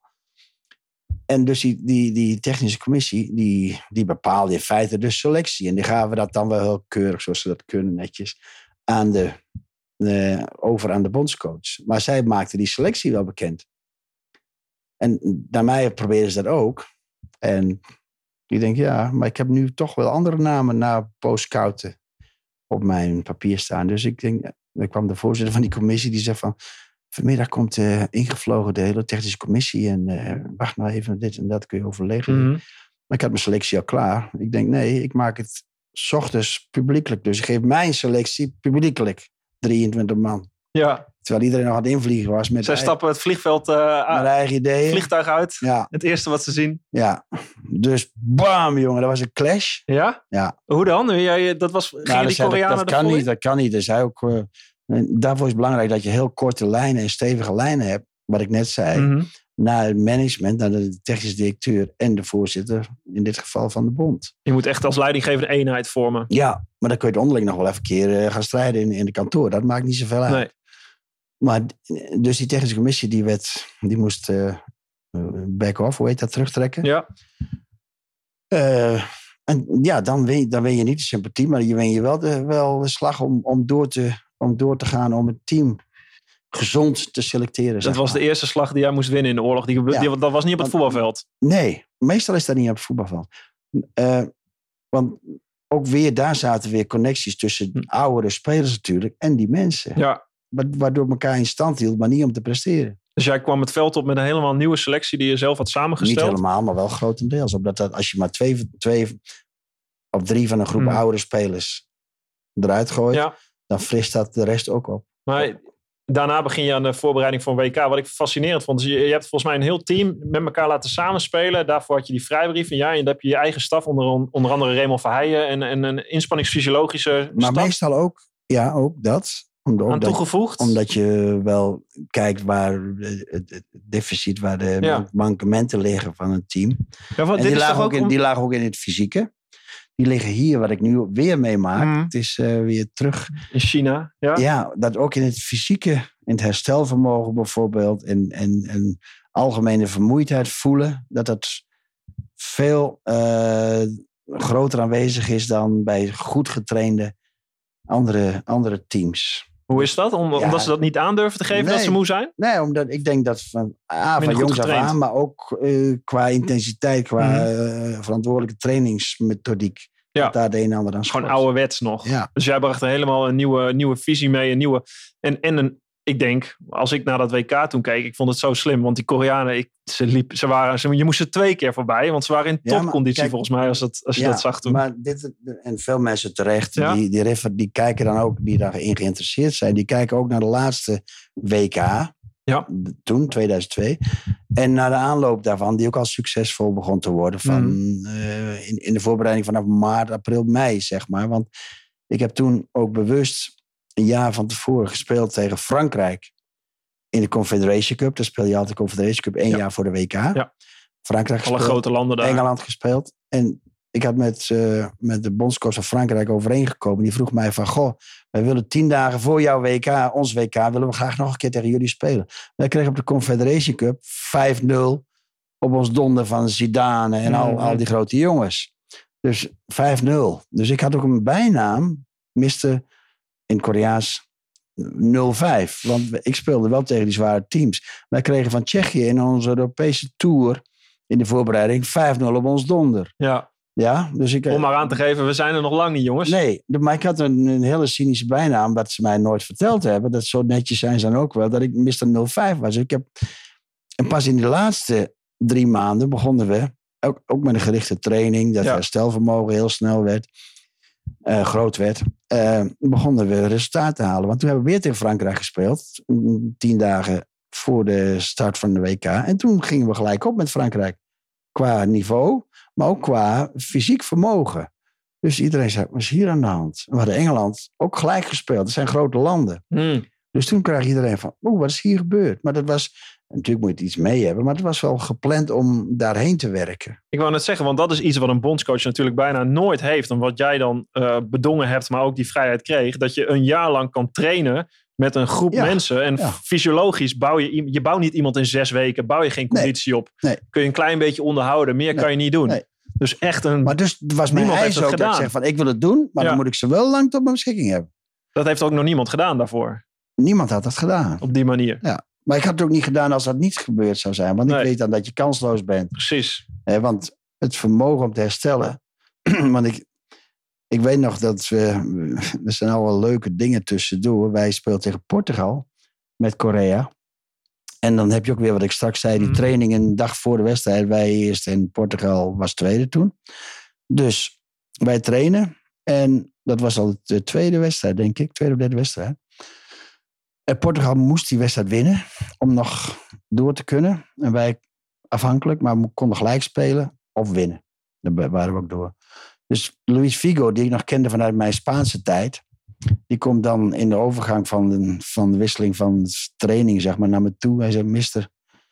En dus die, die, die technische commissie, die, die bepaalde in feite de selectie. En die gaven dat dan wel heel keurig, zoals ze dat kunnen, netjes, aan de, uh, over aan de bondscoach. Maar zij maakte die selectie wel bekend. En naar mij proberen ze dat ook. En ik denk, ja, maar ik heb nu toch wel andere namen na post-scouten op mijn papier staan. Dus ik denk, er kwam de voorzitter van die commissie, die zei van, vanmiddag komt uh, ingevlogen de hele technische commissie en uh, wacht nou even, dit en dat kun je overleggen. Mm-hmm. Maar ik had mijn selectie al klaar. Ik denk, nee, ik maak het 's ochtends publiekelijk. Dus ik geef mijn selectie publiekelijk. drieëntwintig man. Ja. Terwijl iedereen nog aan het invliegen was. Met Zij stappen het vliegveld uh, met eigen ideeën. vliegtuig uit. Ja. Het eerste wat ze zien. Ja. Dus bam, jongen. Dat was een clash. Ja? Ja. Hoe dan? Jij, dat was, gingen nou, die zei, Koreanen dat, dat kan ervoor? niet. Dat kan niet. Dus hij ook, uh, daarvoor is het belangrijk dat je heel korte lijnen en stevige lijnen hebt. Wat ik net zei. Mm-hmm. Naar het management, naar de technische directeur en de voorzitter. In dit geval van de bond. Je moet echt als leidinggevende eenheid vormen. Ja, maar dan kun je het onderling nog wel even een keer uh, gaan strijden in, in de kantoor. Dat maakt niet zoveel uit. Nee. Maar dus die technische commissie die, werd, die moest uh, back-off, hoe heet dat, terugtrekken. Ja. Uh, en ja, dan win, dan win je niet de sympathie, maar je win je wel de, wel de slag om, om, door te, om door te gaan, om het team gezond te selecteren. Dat was maar. de eerste slag die jij moest winnen in de oorlog. Die, ja. die, dat was niet op het want, voetbalveld. Nee, meestal is dat niet op het voetbalveld. Uh, want ook weer, daar zaten weer connecties tussen hm. oudere spelers natuurlijk en die mensen. Ja. Waardoor elkaar in stand hield, maar niet om te presteren. Dus jij kwam het veld op met een helemaal nieuwe selectie die je zelf had samengesteld? Niet helemaal, maar wel grotendeels. Omdat dat, als je maar twee, twee of drie van een groep hmm. oude spelers eruit gooit, ja. dan frist dat de rest ook op. Maar daarna begin je aan de voorbereiding voor een W K. Wat ik fascinerend vond, is je, je hebt volgens mij een heel team met elkaar laten samenspelen. Daarvoor had je die vrijbrief. En ja, en dan heb je je eigen staf, onder, onder andere Raymond Verheijen en, en een inspanningsfysiologische Maar staf. meestal ook, ja, ook dat. Omdat, aan toegevoegd? Dat, omdat je wel kijkt waar het deficit, waar de ja. mankementen liggen van een team. Ja, wat, en dit die, is lagen toch ook in, om... die lagen ook in het fysieke. Die liggen hier, wat ik nu weer meemaak. Mm. Het is uh, weer terug. In China, ja. Ja, dat ook in het fysieke, in het herstelvermogen bijvoorbeeld. En, en, en algemene vermoeidheid voelen. Dat dat veel uh, groter aanwezig is dan bij goed getrainde andere, andere teams. Hoe is dat? Om, ja, omdat ze dat niet aandurven te geven, nee, dat ze moe zijn? Nee, omdat ik denk dat van, ah, van jongs af aan, maar ook uh, qua intensiteit, qua mm-hmm. uh, verantwoordelijke trainingsmethodiek. Ja. Dat daar de een en ander aan schort. Gewoon ouderwets nog. Ja. Dus jij bracht er helemaal een nieuwe, nieuwe visie mee. Een nieuwe, en, en een, ik denk, als ik naar dat W K toen keek, ik vond het zo slim. Want die Koreanen, ik, ze liep, ze waren, ze, je moest er twee keer voorbij. Want ze waren in topconditie ja, volgens mij, als, het, als je ja, dat zag toen. Maar dit, en veel mensen terecht, ja? die, die, die, die kijken dan ook, die daarin geïnteresseerd zijn. Die kijken ook naar de laatste W K. Ja. Toen, tweeduizend twee. En naar de aanloop daarvan, die ook al succesvol begon te worden. Van, mm. uh, in, in de voorbereiding vanaf maart, april, mei, zeg maar. Want ik heb toen ook bewust een jaar van tevoren gespeeld tegen Frankrijk. In de Confederation Cup. Daar speel je altijd de Confederation Cup één ja. jaar voor de W K. Ja. Frankrijk gespeeld. Alle grote landen daar. Engeland gespeeld. En ik had met, uh, met de bondscoach van Frankrijk overeengekomen. Die vroeg mij van, goh, wij willen tien dagen voor jouw W K, ons W K, willen we graag nog een keer tegen jullie spelen. Wij kregen op de Confederation Cup vijf nul op ons donder van Zidane en al, al die grote jongens. Dus vijf nul. Dus ik had ook een bijnaam, mister in Koreaans nul vijf. Want ik speelde wel tegen die zware teams. Wij kregen van Tsjechië in onze Europese tour in de voorbereiding vijf nul op ons donder. Ja. Ja, dus ik, Om maar aan te geven, we zijn er nog lang niet, jongens. Nee, maar ik had een, een hele cynische bijnaam, wat ze mij nooit verteld hebben. Dat zo netjes zijn ze dan ook wel, dat ik mister nul vijf was. Ik heb, en pas in de laatste drie maanden begonnen we, ook, ook met een gerichte training, dat ja. herstelvermogen heel snel werd, uh, groot werd, uh, begonnen we resultaten te halen. Want toen hebben we weer tegen Frankrijk gespeeld, tien dagen voor de start van de W K. En toen gingen we gelijk op met Frankrijk, qua niveau, maar ook qua fysiek vermogen. Dus iedereen zei, wat is hier aan de hand? We hadden Engeland ook gelijk gespeeld. Dat zijn grote landen. Mm. Dus toen kreeg iedereen van, oeh, wat is hier gebeurd? Maar dat was, natuurlijk moet je iets mee hebben, maar het was wel gepland om daarheen te werken. Ik wou net zeggen, want dat is iets wat een bondscoach natuurlijk bijna nooit heeft. En wat jij dan uh, bedongen hebt, maar ook die vrijheid kreeg. Dat je een jaar lang kan trainen met een groep ja, mensen. En ja. fysiologisch bouw je, je bouwt niet iemand in zes weken, bouw je geen conditie nee, op. Nee. Kun je een klein beetje onderhouden, meer nee, kan je niet doen. Nee. Dus echt een... Maar dus was mijn eis ook dat ik zeg van, ik wil het doen, maar ja. dan moet ik ze wel lang tot mijn beschikking hebben. Dat heeft ook nog niemand gedaan daarvoor. Niemand had dat gedaan. Op die manier. Ja. Maar ik had het ook niet gedaan als dat niet gebeurd zou zijn. Want nee. ik weet dan dat je kansloos bent. Precies. He, want het vermogen om te herstellen. want ik, ik weet nog dat we... Er zijn al wel leuke dingen tussendoor. Wij speelden tegen Portugal. Met Korea. En dan heb je ook weer wat ik straks zei. Die mm. training een dag voor de wedstrijd. Wij eerst en Portugal was tweede toen. Dus wij trainen. En dat was al de tweede wedstrijd, denk ik. Tweede of derde wedstrijd. En Portugal moest die wedstrijd winnen. Om nog door te kunnen. En wij afhankelijk. Maar we konden gelijk spelen of winnen. Daar waren we ook door. Dus Luis Figo, die ik nog kende vanuit mijn Spaanse tijd. Die komt dan in de overgang van de, van de wisseling van training, zeg maar, naar me toe. Hij zegt, mister,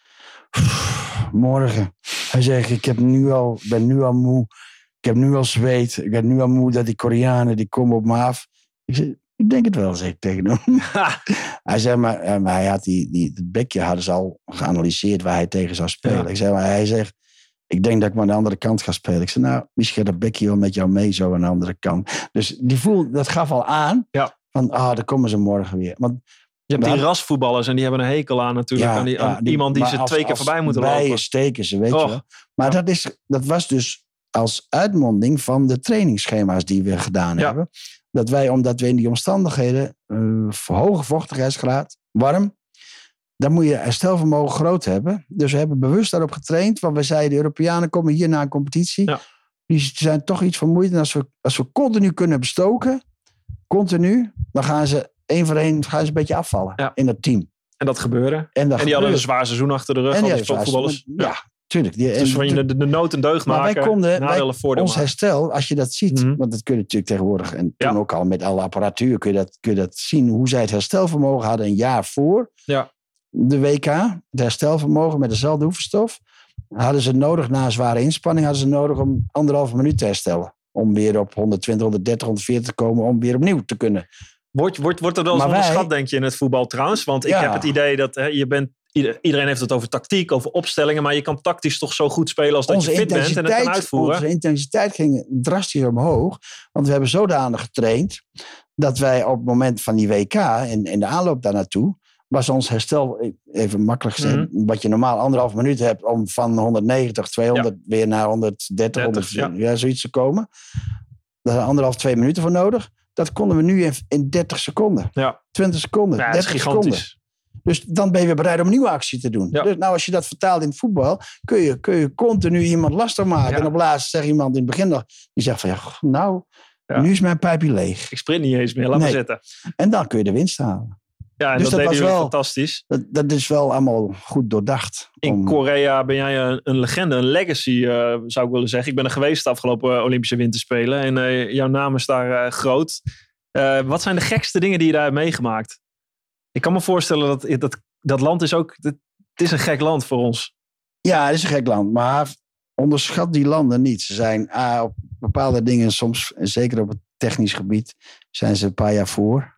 pff, morgen. Hij zegt, ik heb nu al, ben nu al moe. Ik heb nu al zweet. Ik ben nu al moe dat die Koreanen, die komen op me af. Ik zeg, ik denk het wel, zeg ik tegen hem. Hij zei, maar, maar hij had die, die, het bekje hadden ze al geanalyseerd waar hij tegen zou spelen. Ja. Ik zei, maar hij zegt, ik denk dat ik maar aan de andere kant ga spelen. Ik zei, nou, misschien gaat dat bekje wel met jou mee zo aan de andere kant. Dus die voel, dat gaf al aan. Ja. Van, ah, dan komen ze morgen weer. Want je hebt die had, rasvoetballers en die hebben een hekel aan natuurlijk. Ja, aan, die, aan ja, die, iemand die ze als, twee keer voorbij moeten lopen. Bijen steken ze, weet oh. je wel. Maar ja. dat, is, dat was dus als uitmonding van de trainingsschema's die we gedaan ja. hebben. Dat wij, omdat we in die omstandigheden, uh, hoge vochtigheidsgraad, warm, dan moet je herstelvermogen groot hebben. Dus we hebben bewust daarop getraind. Want we zeiden, de Europeanen komen hier naar een competitie. Ja. Die zijn toch iets vermoeid. En als we, als we continu kunnen bestoken, continu, dan gaan ze één voor één gaan ze een beetje afvallen ja. in dat team. En dat gebeurde. En, dat en die gebeurde. hadden een zwaar seizoen achter de rug. En die hadden voetballers. Ja, ja, tuurlijk. Die, dus van je de, de nood en deugd maken. Wij konden, wij, ons maken. herstel, als je dat ziet, mm-hmm. want dat kun je natuurlijk tegenwoordig, en toen ja. ook al met alle apparatuur, kun je, dat, kun je dat zien, hoe zij het herstelvermogen hadden een jaar voor. Ja. De W K, het herstelvermogen met dezelfde oefenstof, hadden ze nodig na een zware inspanning, hadden ze nodig om anderhalve minuut te herstellen. Om weer op honderdtwintig, honderddertig, honderdveertig te komen, om weer opnieuw te kunnen. Wordt, wordt, wordt er wel eens onderschat, denk je, in het voetbal trouwens? Want ik ja. heb het idee dat hè, je bent, iedereen heeft het over tactiek, over opstellingen, maar je kan tactisch toch zo goed spelen als dat onze je fit bent en het kan uitvoeren. Onze intensiteit ging drastisch omhoog, want we hebben zodanig getraind dat wij op het moment van die W K en, en de aanloop daar naartoe, was ons herstel, even makkelijk gezegd, mm-hmm. wat je normaal anderhalf minuut hebt om van honderdnegentig, tweehonderd ja. weer naar honderddertig, honderd, ja. Ja, zoiets te komen. Daar zijn anderhalf, twee minuten voor nodig. Dat konden we nu in, in dertig seconden. Ja. twintig seconden, ja, dertig seconden. Dus dan ben je weer bereid om een nieuwe actie te doen. Ja. Dus nou, als je dat vertaalt in het voetbal, kun je, kun je continu iemand lastig maken. Ja. En op laatst zegt iemand in het begin nog, die zegt van ja, nou, ja. nu is mijn pijpje leeg. Ik sprint niet eens meer, laat nee. maar zitten. En dan kun je de winst halen. Ja, en dus dat, dat deed was wel fantastisch. Dat, dat is wel allemaal goed doordacht. In om... Korea ben jij een, een legende, een legacy uh, zou ik willen zeggen. Ik ben er geweest de afgelopen Olympische Winterspelen. En uh, jouw naam is daar uh, groot. Uh, wat zijn de gekste dingen die je daar hebt meegemaakt? Ik kan me voorstellen dat dat, dat land is ook... Het is een gek land voor ons. Ja, het is een gek land. Maar onderschat die landen niet. Ze zijn uh, op bepaalde dingen soms, zeker op het technisch gebied, zijn ze een paar jaar voor.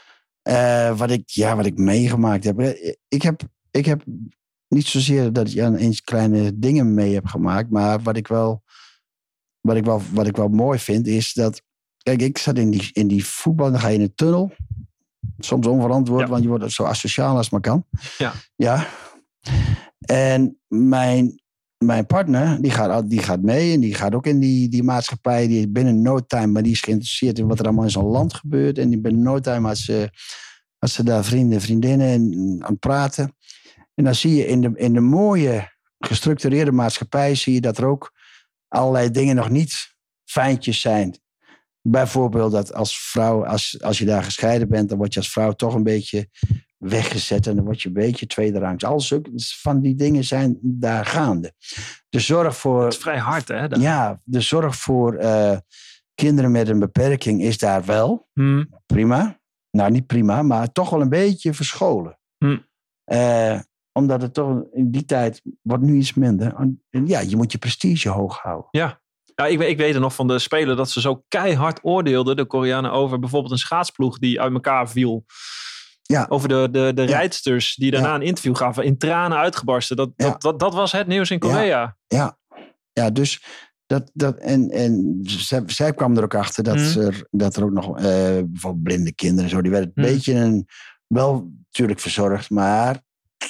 Uh, wat, ik, ja, wat ik meegemaakt heb. Ik heb, ik heb niet zozeer dat ik eens kleine dingen mee heb gemaakt. Maar wat ik wel, wat ik wel, wat ik wel mooi vind is dat... Kijk, ik zat in die, in die voetbal. Dan ga je in een tunnel. Soms onverantwoord, ja. want je wordt zo asociaal als maar kan. Ja. Ja. En mijn mijn partner, die gaat, die gaat mee en die gaat ook in die, die maatschappij. Die binnen no time, maar die is geïnteresseerd in wat er allemaal in zo'n land gebeurt. En die binnen no time had ze, had ze daar vrienden, vriendinnen en, aan het praten. En dan zie je in de, in de mooie, gestructureerde maatschappij, zie je dat er ook allerlei dingen nog niet fijntjes zijn. Bijvoorbeeld dat als vrouw, als, als je daar gescheiden bent, dan word je als vrouw toch een beetje weggezet en dan word je een beetje tweederangs. Alles ook van die dingen zijn daar gaande. De zorg voor... Het is vrij hard, hè? Dan. Ja, de zorg voor uh, kinderen met een beperking is daar wel. Hmm. Prima. Nou, niet prima, maar toch wel een beetje verscholen. Hmm. Uh, omdat het toch in die tijd wordt nu iets minder. En ja, je moet je prestige hoog houden. Ja. Ja, ik, ik weet er nog van de Spelen dat ze zo keihard oordeelden, de Koreanen, over bijvoorbeeld een schaatsploeg die uit elkaar viel. Ja. Over de, de, de ja. rijdsters die daarna ja. een interview gaven, in tranen uitgebarsten. Dat, ja. dat, dat, dat was het nieuws in Korea. Ja, ja. ja dus dat, dat, en, en zij, zij kwam er ook achter dat, mm. er, dat er ook nog uh, bijvoorbeeld blinde kinderen en zo, die werden een mm. beetje een, wel natuurlijk verzorgd, maar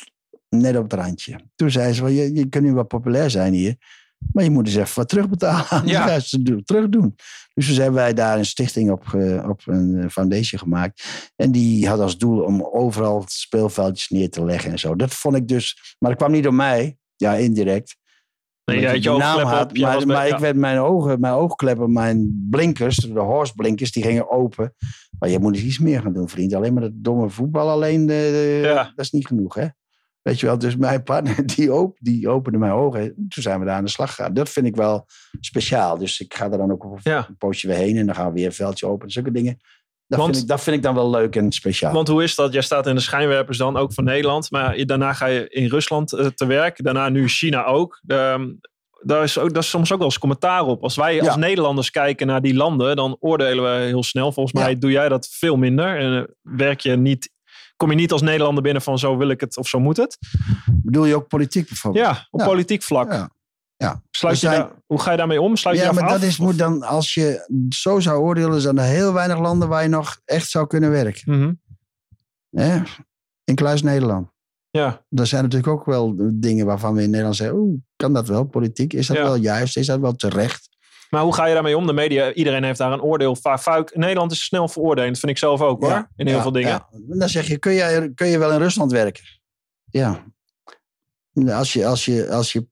net op het randje. Toen zei ze, well, je, je kunt nu wel populair zijn hier, maar je moet eens even wat terugbetalen. Ja. Dan gaan ze het terug doen. Dus toen hebben wij daar een stichting op, op een foundation gemaakt. En die had als doel om overal speelveldjes neer te leggen en zo. Dat vond ik dus... Maar dat kwam niet door mij. Ja, indirect. Nee, je had je naam had, op. Je maar bij, maar ja. ik werd mijn ogen, mijn oogkleppen, mijn blinkers, de horseblinkers, die gingen open. Maar je moet eens iets meer gaan doen, vriend. Alleen maar dat domme voetbal alleen, uh, ja. dat is niet genoeg, hè? Weet je wel, dus mijn partner, die, op, die opende mijn ogen. Toen zijn we daar aan de slag gegaan. Dat vind ik wel speciaal. Dus ik ga er dan ook op ja. een poosje weer heen. En dan gaan we weer een veldje openen. Zulke dingen. Dat, want, vind ik, dat vind ik dan wel leuk en speciaal. Want hoe is dat? Jij staat in de schijnwerpers dan ook van Nederland. Maar daarna ga je in Rusland uh, te werk. Daarna nu China ook. Um, daar, is ook daar is soms ook wel eens commentaar op. Als wij ja. als Nederlanders kijken naar die landen, dan oordelen we heel snel. Volgens mij ja. doe jij dat veel minder. En uh, werk je niet... Kom je niet als Nederlander binnen van zo wil ik het of zo moet het? Bedoel je ook politiek bijvoorbeeld? Ja, op ja. politiek vlak. Ja. Ja. Sluit zijn... je daar, hoe ga je daarmee om? Sluit ja, je maar af, dat is, moet dan, als je zo zou oordelen, zijn er heel weinig landen waar je nog echt zou kunnen werken. Mm-hmm. Ja, inclusief Nederland. Ja. Er zijn natuurlijk ook wel dingen waarvan we in Nederland zeggen, oeh, kan dat wel, politiek? Is dat ja. wel juist? Is dat wel terecht? Maar hoe ga je daarmee om? De media, iedereen heeft daar een oordeel. Fuik, Nederland is snel veroordeeld. Dat vind ik zelf ook hoor. Ja, in heel ja, veel dingen. Ja. Dan zeg je, kun je, kun je wel in Rusland werken? Ja. Als je, als je, als je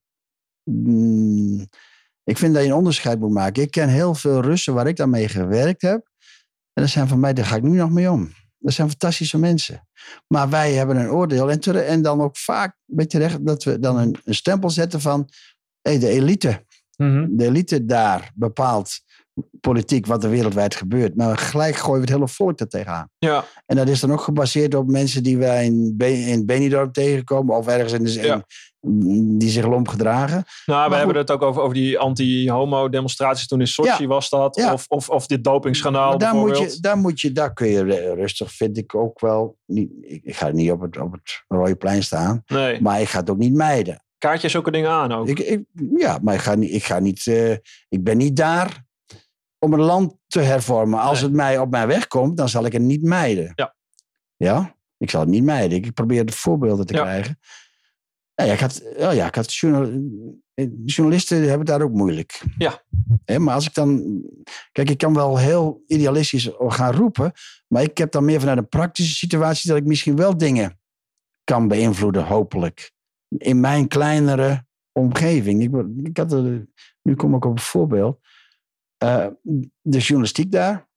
mm, ik vind dat je een onderscheid moet maken. Ik ken heel veel Russen waar ik daarmee gewerkt heb. En dat zijn van mij, daar ga ik nu nog mee om. Dat zijn fantastische mensen. Maar wij hebben een oordeel. En, te, en dan ook vaak, weet je recht, dat we dan een, een stempel zetten van hey, de elite. Mm-hmm. De elite daar bepaalt politiek wat er wereldwijd gebeurt. Maar gelijk gooien we het hele volk er tegenaan. Ja. En dat is dan ook gebaseerd op mensen die wij in, Be- in Benidorm tegenkomen. Of ergens in de zin ja. die zich lomp gedragen. Nou, we maar hebben goed. het ook over, over die anti-homo demonstraties toen in Sochi ja. was dat. Ja. Of, of, of dit dopingschandaal daar bijvoorbeeld. Moet je, daar, moet je, daar kun je rustig, vind ik ook wel. Niet, ik, ik ga niet op het, op het Rode Plein staan. Nee. Maar ik ga het ook niet mijden. Kaart je zulke dingen aan ook? Ik, ik, ja, maar ik, ga niet, ik, ga niet, uh, ik ben niet daar om het land te hervormen. Als nee. het mij op mijn weg komt, dan zal ik het niet mijden. Ja. Ja? Ik zal het niet mijden. Ik probeer de voorbeelden te ja. krijgen. Nou ja, ik had, oh ja, ik had journal, journalisten hebben het daar ook moeilijk. Ja. He, maar als ik dan... Kijk, ik kan wel heel idealistisch gaan roepen, maar ik heb dan meer vanuit een praktische situatie dat ik misschien wel dingen kan beïnvloeden, hopelijk. In mijn kleinere omgeving. Ik, ik had er, nu kom ik op een voorbeeld. Uh, de journalistiek daar.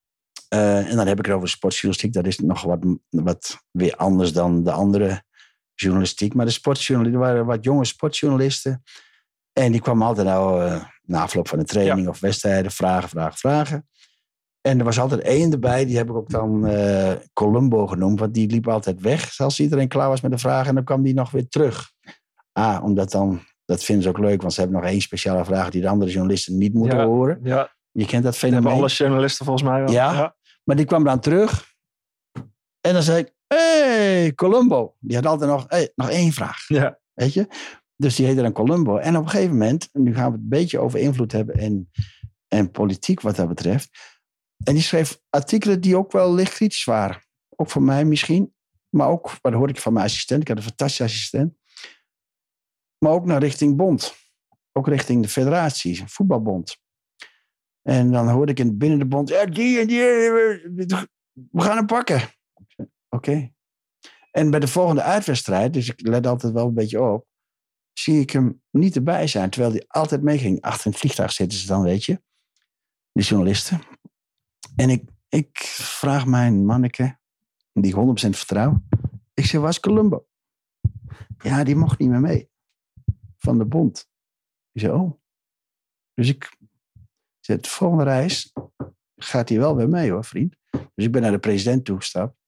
Uh, en dan heb ik het over sportjournalistiek. Dat is nog wat, wat weer anders dan de andere journalistiek. Maar de sportjournalisten waren wat jonge sportjournalisten. En die kwamen altijd nou uh, na afloop van de training ja. of wedstrijden vragen, vragen, vragen. En er was altijd één erbij, die heb ik ook dan uh, Columbo genoemd. Want die liep altijd weg als iedereen klaar was met de vraag. En dan kwam die nog weer terug. Ah, omdat dan, dat vinden ze ook leuk. Want ze hebben nog één speciale vraag die de andere journalisten niet moeten ja, horen. Ja. Je kent dat fenomeen. Dat hebben alle journalisten volgens mij wel. Ja, ja, maar die kwam dan terug. En dan zei ik, hé, hey, Columbo. Die had altijd nog, hey, nog één vraag. Ja. Weet je? Dus die heette dan Columbo. En op een gegeven moment, nu gaan we het een beetje over invloed hebben en, en politiek wat dat betreft. En die schreef artikelen die ook wel licht kritisch waren. Ook voor mij misschien. Maar ook, wat hoorde ik van mijn assistent. Ik had een fantastische assistent. Maar ook naar richting bond. Ook richting de federatie, voetbalbond. En dan hoorde ik in, binnen de bond... Ja, die en die, we gaan hem pakken. Oké. Okay. En bij de volgende uitwedstrijd, dus ik let altijd wel een beetje op... zie ik hem niet erbij zijn, terwijl hij altijd meeging. Achter in het vliegtuig zitten ze dan, weet je. Die journalisten. En ik, ik vraag mijn manneke, die ik honderd procent vertrouw... Ik zeg, waar is Columbo? Ja, die mocht niet meer mee. Van de bond. Ik zei, oh. Dus ik zei, de volgende reis gaat hij wel weer mee hoor, vriend. Dus ik ben naar de president toegestapt.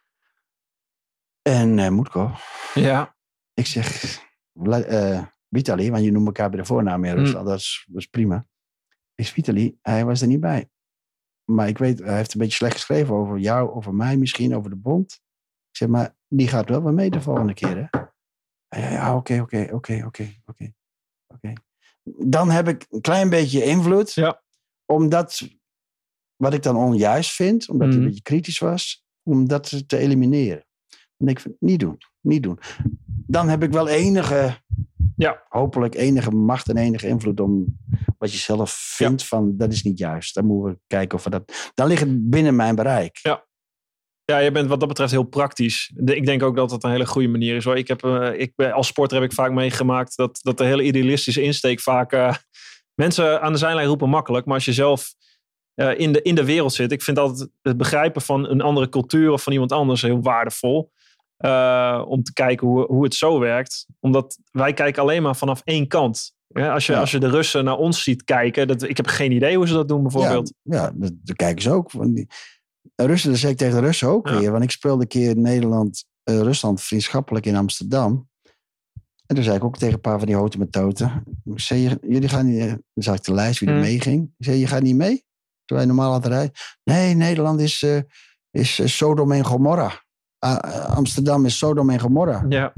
En uh, Moetko. Ja. Ik zeg, uh, Vitali, want je noemt elkaar bij de voornaam in Rusland. Mm. Dat, is, dat is prima. Ik zeg, Vitali, hij was er niet bij. Maar ik weet, hij heeft een beetje slecht geschreven over jou, over mij misschien, over de bond. Ik zeg, maar die gaat wel weer mee de volgende keer, hè? Ja, ja, oké, oké, oké, oké, oké. Oké. Dan heb ik een klein beetje invloed. Ja. Omdat, wat ik dan onjuist vind, omdat hij mm. een beetje kritisch was, om dat te elimineren. Dan denk ik, niet doen, niet doen. Dan heb ik wel enige, ja. hopelijk enige macht en enige invloed om wat je zelf vindt ja. van, dat is niet juist. Dan moeten we kijken of we dat, dan ligt het binnen mijn bereik. Ja. Ja, je bent wat dat betreft heel praktisch. Ik denk ook dat dat een hele goede manier is. Hoor. Ik heb, uh, ik, als sporter heb ik vaak meegemaakt dat, dat de hele idealistische insteek vaak... Uh, mensen aan de zijlijn roepen makkelijk. Maar als je zelf uh, in, de, in de wereld zit... Ik vind altijd het begrijpen van een andere cultuur of van iemand anders heel waardevol. Uh, om te kijken hoe, hoe het zo werkt. Omdat wij kijken alleen maar vanaf één kant. Ja, als, je, ja. als je de Russen naar ons ziet kijken... Dat, ik heb geen idee hoe ze dat doen bijvoorbeeld. Ja, ja dat, dat kijken ze ook. Russen, dat zei ik tegen de Russen ook ja. weer. Want ik speelde een keer Nederland, uh, Rusland vriendschappelijk in Amsterdam. En toen zei ik ook tegen een paar van die houten met toten. Ik zei, jullie gaan niet... Dan zag ik de lijst wie er hmm. mee ging. Ik zei, je gaat niet mee? Toen wij normaal hadden rijden. Nee, Nederland is, uh, is uh, Sodom en Gomorra. Uh, Amsterdam is Sodom en Gomorra. Ja.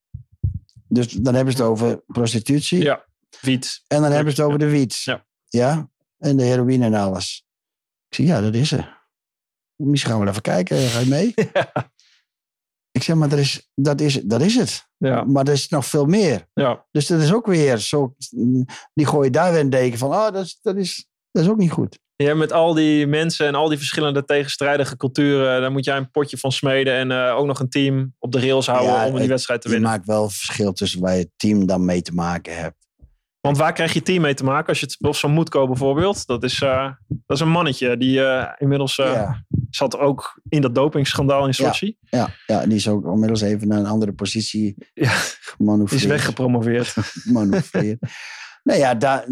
Dus dan hebben ze het over prostitutie. Ja, wiet. En dan hebben ze het over de wiet. Ja. Ja? En de heroïne en alles. Ik zei, ja, dat is er. Misschien gaan we even kijken. Ga je mee? Ja. Ik zeg, maar dat is, dat is, dat is het. Ja. Maar er is nog veel meer. Ja. Dus dat is ook weer zo... Die gooien daar weer een deken van... Oh, dat is, dat is, dat is ook niet goed. Ja, met al die mensen en al die verschillende tegenstrijdige culturen... daar moet jij een potje van smeden... en uh, ook nog een team op de rails houden ja, om die het, wedstrijd te winnen. Je maakt wel verschil tussen waar je het team dan mee te maken hebt. Want waar krijg je team mee te maken? Als je het of zo'n Moetko bijvoorbeeld. Dat is, uh, dat is een mannetje die uh, inmiddels uh, ja. zat ook in dat dopingschandaal in Sochi. Ja, ja, ja, die is ook inmiddels even naar een andere positie ja, gemanoeuvreerd. Die is weggepromoveerd. Manoeuvreerd. Nou ja, daar...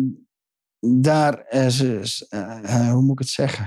daar uh, uh, hoe moet ik het zeggen?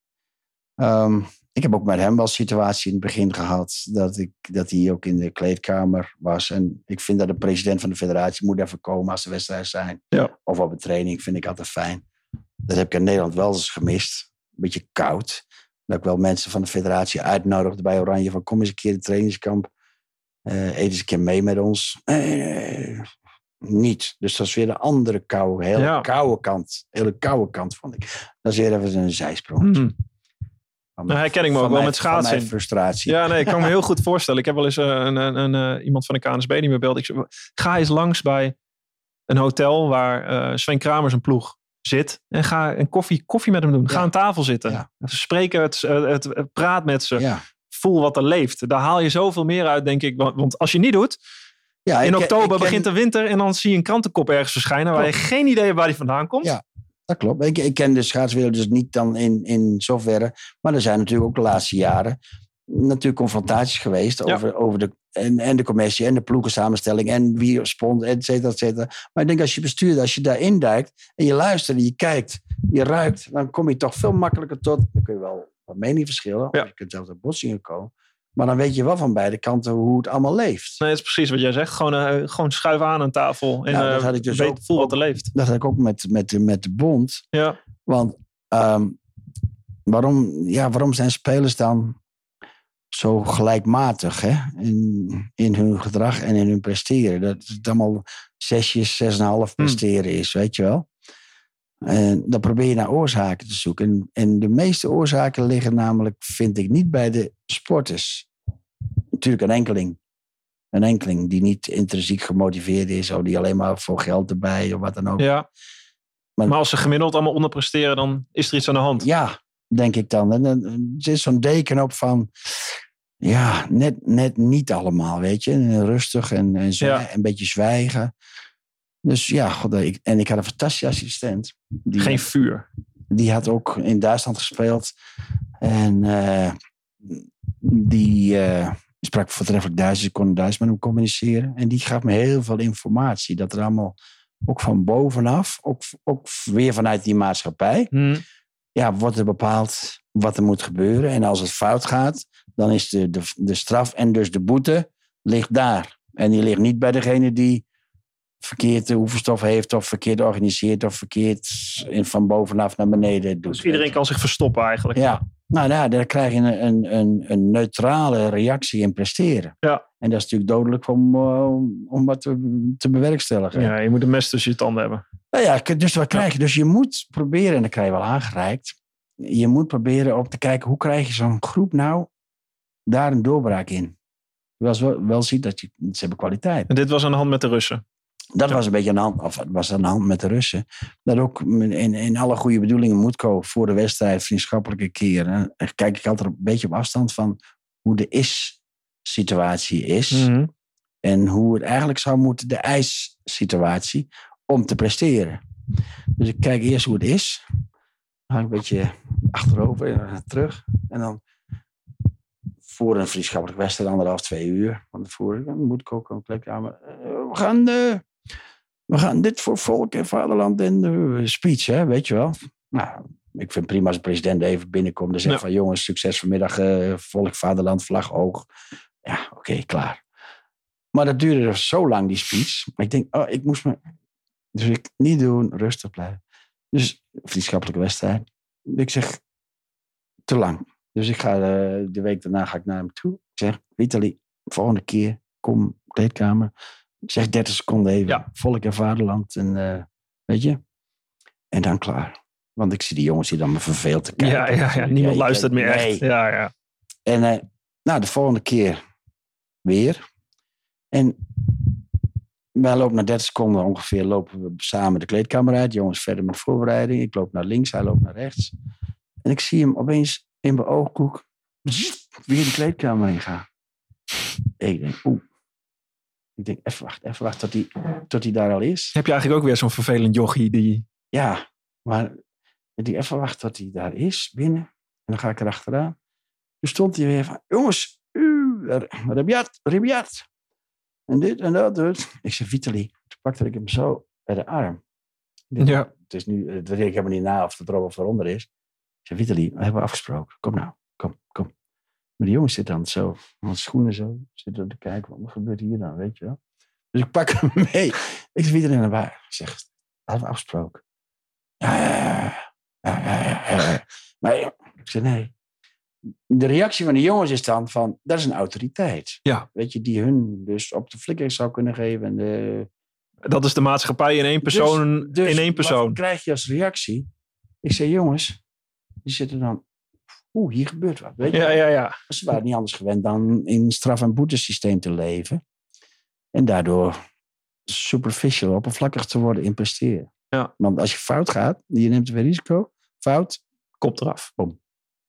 Um, ik heb ook met hem wel een situatie in het begin gehad... dat, ik, dat hij ook in de kleedkamer was. En ik vind dat de president van de federatie moet even komen... als de wedstrijden zijn. Ja. Of op een training, vind ik altijd fijn. Dat heb ik in Nederland wel eens gemist. Een beetje koud. Dat ik wel mensen van de federatie uitnodigde bij Oranje... van kom eens een keer in het trainingskamp. Uh, eet eens een keer mee met ons. Uh, niet. Dus dat is weer de andere koude, hele ja. koude kant. Hele koude kant, vond ik. Dat is weer even een zijsprong. Mm. Nou, herken ik me ook wel mijn, met schaatsen. Van mijn frustratie. Ja, nee, ik kan me heel goed voorstellen. Ik heb wel eens uh, een, een, een, uh, iemand van de K N S B die me belde. Ik zei, ga eens langs bij een hotel waar uh, Sven Kramer zijn ploeg zit. En ga een koffie, koffie met hem doen. Ga ja. aan tafel zitten. Ja. Spreken, het, het, het, praat met ze. Ja. Voel wat er leeft. Daar haal je zoveel meer uit, denk ik. Want, want als je niet doet... Ja, in ik, oktober ik ken... begint de winter en dan zie je een krantenkop ergens verschijnen... waar klopt. Je geen idee hebt waar die vandaan komt. Ja. Dat klopt. Ik, ik ken de schaatswereld dus niet dan in, in zoverre. Maar er zijn natuurlijk ook de laatste jaren natuurlijk confrontaties geweest ja. over, over de, en, en de commissie en de ploegensamenstelling en wie spons, et cetera, et cetera. Maar ik denk als je bestuurt, als je daarin duikt en je luistert en je kijkt, je ruikt, dan kom je toch veel makkelijker tot, dan kun je wel wat mening verschillen, ja. of je kunt zelfs op botsingen komen. Maar dan weet je wel van beide kanten hoe het allemaal leeft. Nee, dat is precies wat jij zegt. Gewoon, uh, gewoon schuif aan aan tafel. En nou, dat had ik dus weet, ook, voel wat er leeft. Dat had ik ook met, met, met de bond. Ja. Want um, waarom, ja, waarom zijn spelers dan zo gelijkmatig hè? In, in hun gedrag en in hun presteren? Dat het allemaal zesjes, zes en een half presteren hmm. is, weet je wel. En dan probeer je naar oorzaken te zoeken. En, en de meeste oorzaken liggen namelijk, vind ik, niet bij de sporters. Natuurlijk een enkeling. Een enkeling die niet intrinsiek gemotiveerd is. Of die alleen maar voor geld erbij of wat dan ook. Ja. Maar, maar als ze gemiddeld allemaal onderpresteren, dan is er iets aan de hand. Ja, denk ik dan. En er zit zo'n deken op van... Ja, net, net niet allemaal, weet je. Rustig en, en zwij- Ja. een beetje zwijgen. Dus ja, god, ik, en ik had een fantastische assistent. Die, Geen vuur. Die had ook in Duitsland gespeeld. En uh, die uh, sprak voortreffelijk Duits. Ik kon Duits met hem communiceren. En die gaf me heel veel informatie. Dat er allemaal, ook van bovenaf, ook, ook weer vanuit die maatschappij... Hmm. Ja, wordt er bepaald wat er moet gebeuren. En als het fout gaat, dan is de, de, de straf en dus de boete ligt daar. En die ligt niet bij degene die verkeerd oefenstof heeft... of verkeerd organiseert of verkeerd in, van bovenaf naar beneden doet. Dus iedereen kan zich verstoppen eigenlijk. Ja, nou ja, dan krijg je een, een, een, een neutrale reactie in presteren. Ja. En dat is natuurlijk dodelijk om, om, om wat te, te bewerkstelligen. Ja, je moet een mes tussen je tanden hebben. Nou ja, dus wat krijg je? Dus je moet proberen, en dat krijg je wel aangereikt... je moet proberen om te kijken... hoe krijg je zo'n groep nou daar een doorbraak in? Je wel, wel ziet dat je, ze hebben kwaliteit. En dit was aan de hand met de Russen? Dat was een beetje aan de hand, of was aan de hand met de Russen. Dat ook in, in alle goede bedoelingen moet komen voor de wedstrijd, vriendschappelijke keren. En kijk ik altijd een beetje op afstand van hoe de is-situatie is. Mm-hmm. En hoe het eigenlijk zou moeten, de ijs-situatie, om te presteren. Dus ik kijk eerst hoe het is. Dan ga ik een beetje achterover en terug. En dan voor een vriendschappelijke wedstrijd, anderhalf, twee uur van tevoren. Dan moet ik ook een kleedkamer. Uh, we gaan... Uh, We gaan dit voor volk en vaderland en uh, speech, hè, weet je wel. Nou, ik vind prima als de president even binnenkomt en zegt ja. van... jongens, succes vanmiddag, uh, volk, vaderland, vlag hoog. Ja, oké, okay, klaar. Maar dat duurde dus zo lang, die speech. Maar ik denk, oh, ik moest me... Dus ik niet doen, rustig blijven. Dus vriendschappelijke wedstrijd. Ik zeg, te lang. Dus ik ga uh, de week daarna ga ik naar hem toe. Ik zeg, Vitali, volgende keer, kom, kleedkamer... Ik zeg dertig seconden even. Ja. Volk en vaderland. En uh, weet je. En dan klaar. Want ik zie die jongens die dan me verveeld te kijken. Ja, ja, ja. Niemand ja, luistert meer nee. echt. Ja, ja. En uh, nou, de volgende keer weer. En wij lopen na dertig seconden ongeveer. Lopen we samen de kleedkamer uit. Jongens verder met voorbereiding. Ik loop naar links. Hij loopt naar rechts. En ik zie hem opeens in mijn oogkoek. Weer de kleedkamer heen gaan. Ik denk, oeh. Ik denk, even wacht, even wacht tot hij, tot hij daar al is. Heb je eigenlijk ook weer zo'n vervelend jochie die... Ja, maar die even wacht tot hij daar is, binnen. En dan ga ik erachteraan. Toen stond hij weer van, jongens, Rabiat, Rabiat. En dit en dat. Dus. Ik zei, Vitali. Toen pakte ik hem zo bij de arm. Dit, ja. Het is nu, het weet ik helemaal niet na of het erop of eronder is. Ik zei, Vitali, we hebben afgesproken. Kom nou, kom, kom. Maar die jongens zitten dan zo, met schoenen zo, zitten te kijken, wat gebeurt hier dan, weet je wel. Dus ik pak hem mee. Ik zeg, wie erin naar waar? Ik zeg, hadden we afgesproken? Ja, ja, ja, ja, ja, ja, ja. Maar ik zeg, nee. De reactie van de jongens is dan van, dat is een autoriteit. Ja. Weet je, die hun dus op de flikker zou kunnen geven. En de... Dat is de maatschappij in één persoon. Dus, dus in één persoon. Wat krijg je als reactie? Ik zeg, jongens, die zitten dan... Oeh, hier gebeurt wat. Weet je? Ja, ja, ja. Ze waren niet anders gewend dan in een straf- en boetesysteem te leven. En daardoor superficial, oppervlakkig te worden in presteren. Ja. Want als je fout gaat, je neemt weer risico. Fout. Kop eraf. Bom.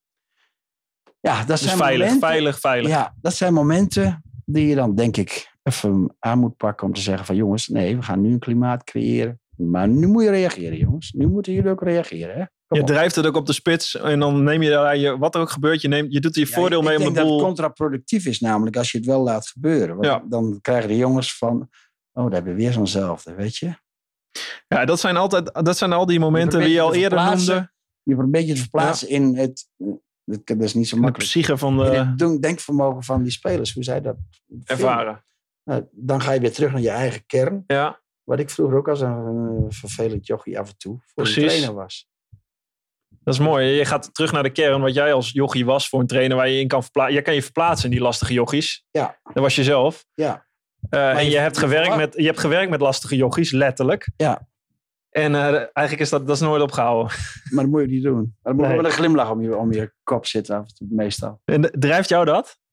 Ja, dat dus zijn veilig, momenten, veilig, veilig. Ja, dat zijn momenten die je dan denk ik even aan moet pakken om te zeggen van jongens, nee, we gaan nu een klimaat creëren. Maar nu moet je reageren, jongens. Nu moeten jullie ook reageren, hè. Je drijft het ook op de spits en dan neem je daar je, wat er ook gebeurt, je, neemt, je doet er je ja, voordeel mee om de boel... Ik denk dat het contraproductief is namelijk als je het wel laat gebeuren. Want ja. Dan krijgen de jongens van, oh, daar hebben we weer zo'nzelfde, weet je. Ja, dat zijn altijd, dat zijn al die momenten die je al eerder noemde. Je probeert een beetje te verplaatsen ja. in het, het, dat is niet zo makkelijk. De psyche van de... In het denkvermogen van die spelers, hoe zij dat ervaren. Nou, dan ga je weer terug naar je eigen kern. Ja. Wat ik vroeger ook als een, een vervelend jochie af en toe voor Precies. een trainer was. Dat is mooi. Je gaat terug naar de kern wat jij als jochie was voor een trainer waar je in kan verplaatsen. Jij kan je verplaatsen in die lastige jochies. Ja. Dat was je zelf. Ja. Uh, en je, je, hebt gewerkt met, je hebt gewerkt met lastige jochies, letterlijk. Ja. En uh, eigenlijk is dat, dat is nooit opgehouden. Maar dat moet je niet doen. Maar dan moet je nee. wel een glimlach om je, om je kop zitten af en toe, meestal. En drijft jou dat?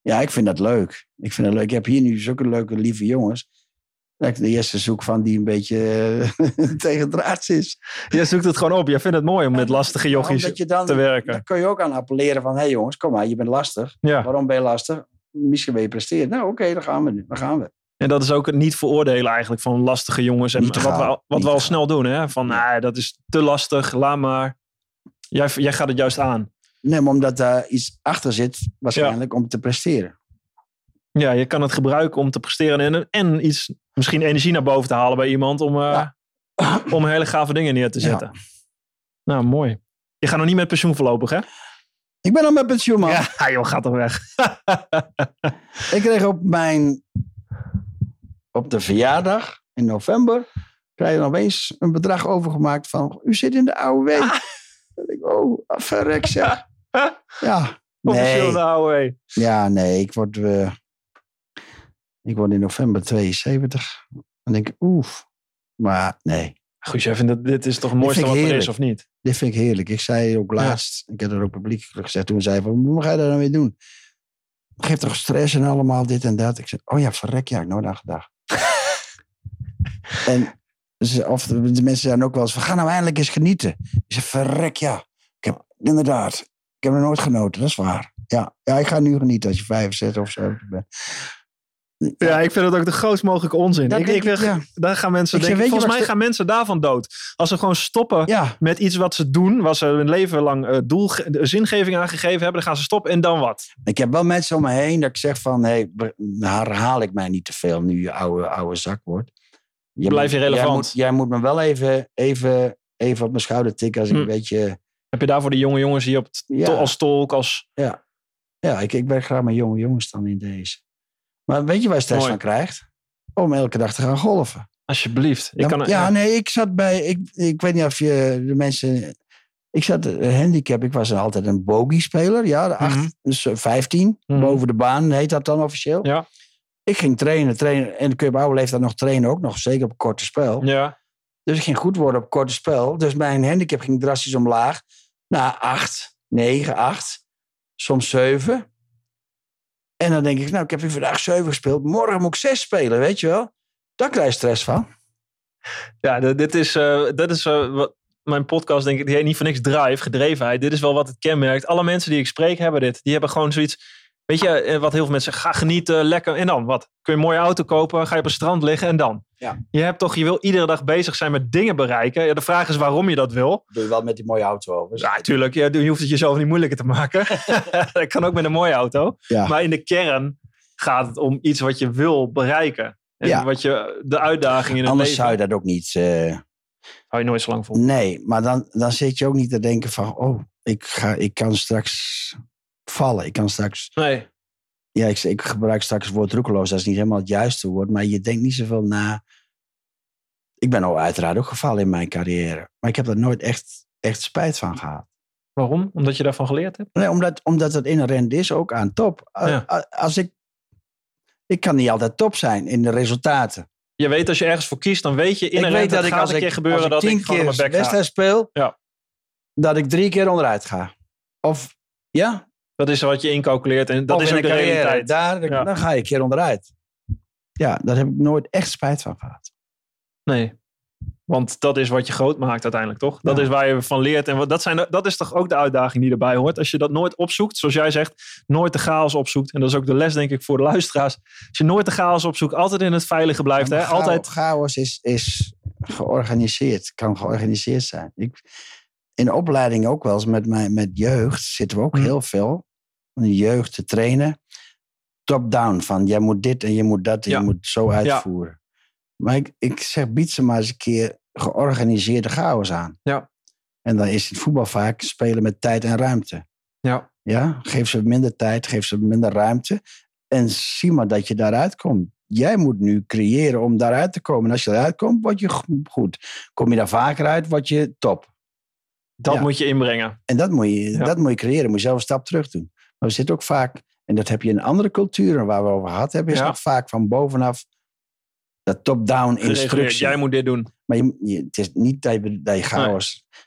Ja, ik vind dat leuk. Ik vind dat leuk. Ik heb hier nu zulke leuke, lieve jongens. Dat ik de eerste zoek van die een beetje uh, tegen draads is. Jij zoekt het gewoon op. Jij vindt het mooi om met lastige jochies ja, dan, te werken. Dan kun je ook aan appelleren van... hé hey jongens, kom maar, je bent lastig. Ja. Waarom ben je lastig? Misschien wil je presteren. Nou, oké, okay, dan gaan we. Dan gaan we. En dat is ook het niet veroordelen eigenlijk van lastige jongens. En wat gaan, we, al, wat we al snel doen. Hè? Van, ja. nah, dat is te lastig, laat maar. Jij, jij gaat het juist aan. Nee, maar omdat daar iets achter zit, waarschijnlijk, ja. om te presteren. Ja, je kan het gebruiken om te presteren. En, en iets, misschien energie naar boven te halen bij iemand. Om, uh, ja. om hele gave dingen neer te zetten. Ja. Nou, mooi. Je gaat nog niet met pensioen voorlopig, hè? Ik ben al met pensioen, man. Ja, joh, gaat toch weg. Ik kreeg op mijn... op de verjaardag in november... krijg je opeens een bedrag overgemaakt van... u zit in de A O W. Ah. Dat ik, oh, verrek zeg. Ja, officieel de A O W. Ja, nee, ik word... Uh, ik word in november tweeënzeventig. Dan denk ik, oef. Maar nee. Goed, jij vindt dat dit is toch het mooiste wat er is, of niet? Dit vind ik heerlijk. Ik zei ook laatst, ja. ik heb er ook publiekelijk gezegd, toen zei van, wat ga je daar nou mee doen? Geeft toch stress en allemaal dit en dat. Ik zei, oh ja, verrek, ja, ik nooit aan gedacht. en dus, of de, de mensen zijn ook wel eens van, ga nou eindelijk eens genieten. Ik zei, verrek, ja. Ik heb, inderdaad, ik heb er nooit genoten, dat is waar. Ja, ja ik ga nu genieten als je vijfenzestig of zo bent. Ja, ja, ik vind het ook de grootst mogelijke onzin. Ik, ik, ik, ik, ja. Daar gaan mensen denken, zeg, volgens mij gaan mensen daarvan dood. Als ze gewoon stoppen ja. met iets wat ze doen, wat ze hun leven lang uh, doel, zingeving aangegeven hebben, dan gaan ze stoppen en dan wat? Ik heb wel mensen om me heen dat ik zeg van, hey, herhaal ik mij niet te veel nu je oude, oude zak wordt. Je Blijf je relevant. Jij moet, jij moet me wel even, even, even op mijn schouder tikken als ik hm. een beetje... Heb je daarvoor de jonge jongens hier op t- ja. als tolk? Als... Ja, ja ik, ik werk graag met jonge jongens dan in deze. Maar weet je waar je stress Mooi. van krijgt? Om elke dag te gaan golven. Alsjeblieft. Ik ja, kan, ja, ja, nee, ik zat bij... Ik, ik weet niet of je de mensen... Ik zat handicap. Ik was altijd een bogey-speler. Ja, de acht, mm-hmm. dus vijftien. Mm-hmm. Boven de baan heet dat dan officieel. Ja. Ik ging trainen, trainen. En dan kun je op oude leeftijd nog trainen ook nog. Zeker op korte spel. Ja. Dus ik ging goed worden op korte spel. Dus mijn handicap ging drastisch omlaag. Naar acht, negen, acht. Soms zeven. En dan denk ik, nou, ik heb hier vandaag zeven gespeeld. Morgen moet ik zes spelen, weet je wel. Daar krijg je stress van. Ja, dit is, uh, dit is uh, wat mijn podcast, denk ik, die heet niet voor niks drive, gedrevenheid. Dit is wel wat het kenmerkt. Alle mensen die ik spreek hebben dit. Die hebben gewoon zoiets... Weet je, wat heel veel mensen zeggen, ga genieten, lekker. En dan, wat? Kun je een mooie auto kopen, ga je op een strand liggen en dan? Ja. Je hebt toch, je wil iedere dag bezig zijn met dingen bereiken. Ja, de vraag is waarom je dat wil. Doe je wel met die mooie auto over? Ja, tuurlijk. Ja, je hoeft het jezelf niet moeilijker te maken. Dat kan ook met een mooie auto. Ja. Maar in de kern gaat het om iets wat je wil bereiken. En ja. wat je, de uitdaging in het Anders leven... zou je dat ook niet... Uh... Hou je nooit zo lang vol. Nee, maar dan, dan zit je ook niet te denken van... Oh, ik, ga, ik kan straks vallen. Ik kan straks... Nee. Ja, ik, ik gebruik straks het woord roekeloos. Dat is niet helemaal het juiste woord. Maar je denkt niet zoveel na... Ik ben al uiteraard ook gevallen in mijn carrière. Maar ik heb er nooit echt, echt spijt van gehad. Waarom? Omdat je daarvan geleerd hebt? Nee, omdat, omdat het inherent is ook aan top. Ja. Als ik... Ik kan niet altijd top zijn in de resultaten. Je weet als je ergens voor kiest, dan weet je inherent... Ik weet dat ik als een keer gebeuren als dat ik ik gewoon op mijn bek ga. wedstrijd speel... Ja. Dat ik drie keer onderuit ga. Of... Ja... Dat is wat je incalculeert en dat of is ook de carrière, realiteit. Daar, ja. Dan ga je een keer onderuit. Ja, daar heb ik nooit echt spijt van gehad. Nee, want dat is wat je groot maakt uiteindelijk, toch? Dat ja. is waar je van leert. En dat, zijn de, dat is toch ook de uitdaging die erbij hoort. Als je dat nooit opzoekt, zoals jij zegt, nooit de chaos opzoekt. En dat is ook de les, denk ik, voor de luisteraars. Als je nooit de chaos opzoekt, altijd in het veilige blijft. Ja, hè? Chaos, altijd... chaos is, is georganiseerd, kan georganiseerd zijn. Ik, in de opleiding ook wel eens met, mijn, met jeugd zitten we ook hmm. heel veel. De jeugd te trainen. Top-down van jij moet dit en je moet dat en ja. je moet zo uitvoeren. Ja. Maar ik, ik zeg, bied ze maar eens een keer georganiseerde chaos aan. Ja. En dan is het voetbal vaak spelen met tijd en ruimte. Ja. Ja? Geef ze minder tijd, geef ze minder ruimte. En zie maar dat je daaruit komt. Jij moet nu creëren om daaruit te komen. En als je eruit komt, word je goed. Kom je daar vaker uit, word je top. Dat ja. moet je inbrengen. En dat moet je, ja. dat moet je creëren. Moet je zelf een stap terug doen. Maar we zitten ook vaak, en dat heb je in andere culturen waar we over gehad hebben, is ja. nog vaak van bovenaf dat top-down instructie. Jij moet dit doen. Maar je, je, het is niet dat je, dat je chaos... Nee. Kijk,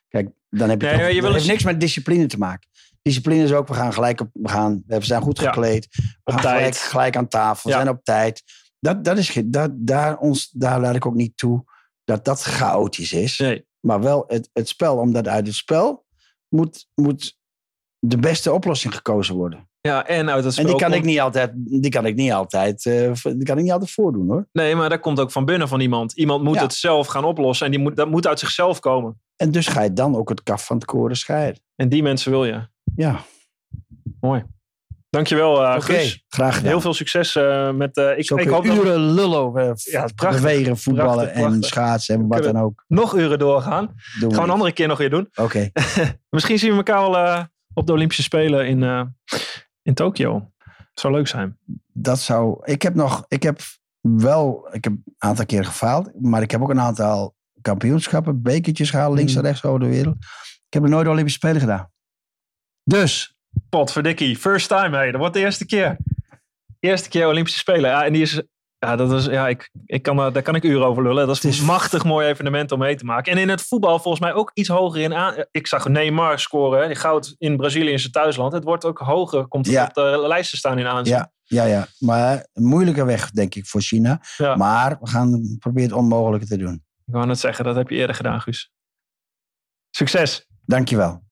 dan heb je, Nee, toch, maar je dat wil heeft eens- niks met discipline te maken. Discipline is ook, we gaan gelijk op, we, gaan, we zijn goed Ja. gekleed. We Op gaan tijd. gelijk, gelijk aan tafel, we Ja. zijn op tijd. Dat, dat is, ge- dat, daar, ons, daar laat ik ook niet toe dat dat chaotisch is. Nee. Maar wel het, het spel, omdat uit het spel moet, moet de beste oplossing gekozen worden. Ja, en uit het spel En die kan, komt- ik niet altijd, die kan ik niet altijd, uh, die kan ik niet altijd voordoen hoor. Nee, maar dat komt ook van binnen van iemand. Iemand moet Ja. het zelf gaan oplossen. En die moet, dat moet uit zichzelf komen. En dus ga je dan ook het kaf van het koren scheiden. En die mensen wil je. Ja, Mooi. Dankjewel, uh, oké. Guus. Graag gedaan. Heel veel succes uh, met... Uh, ik, Zo ik kun hoop je dat we uren lullen over Ja, prachtig. bewegen, voetballen Prachtig, en prachtig. schaatsen en wat Kunnen- dan ook. nog uren doorgaan. Doen we Gaan we een niet. andere keer nog weer doen. Oké, Misschien zien we elkaar wel uh, op de Olympische Spelen in, uh, in Tokio. Zou leuk zijn. dat zou... Ik heb nog... Ik heb wel... Ik heb een aantal keer gefaald. Maar ik heb ook een aantal kampioenschappen, bekertjes gehaald, links en Mm. rechts over de wereld. Ik heb nog nooit de Olympische Spelen gedaan. Dus, Potverdikkie. First time, hé. Dat wordt de eerste keer. Eerste keer Olympische Spelen. Ja, en die is... Ja, dat is, ja ik, ik kan, daar kan ik uren over lullen. Dat is Het is- een machtig mooi evenement om mee te maken. En in het voetbal volgens mij ook iets hoger in aan. Ik zag Neymar scoren. hè, Die goud in Brazilië in zijn thuisland. Het wordt ook hoger. Komt Ja. op de lijst te staan in aanzien. ja, ja, ja. Maar een moeilijke weg, denk ik, voor China. Ja. Maar we gaan proberen het onmogelijke te doen. Ik wou net zeggen, dat heb je eerder gedaan, Guus. Succes! Dankjewel.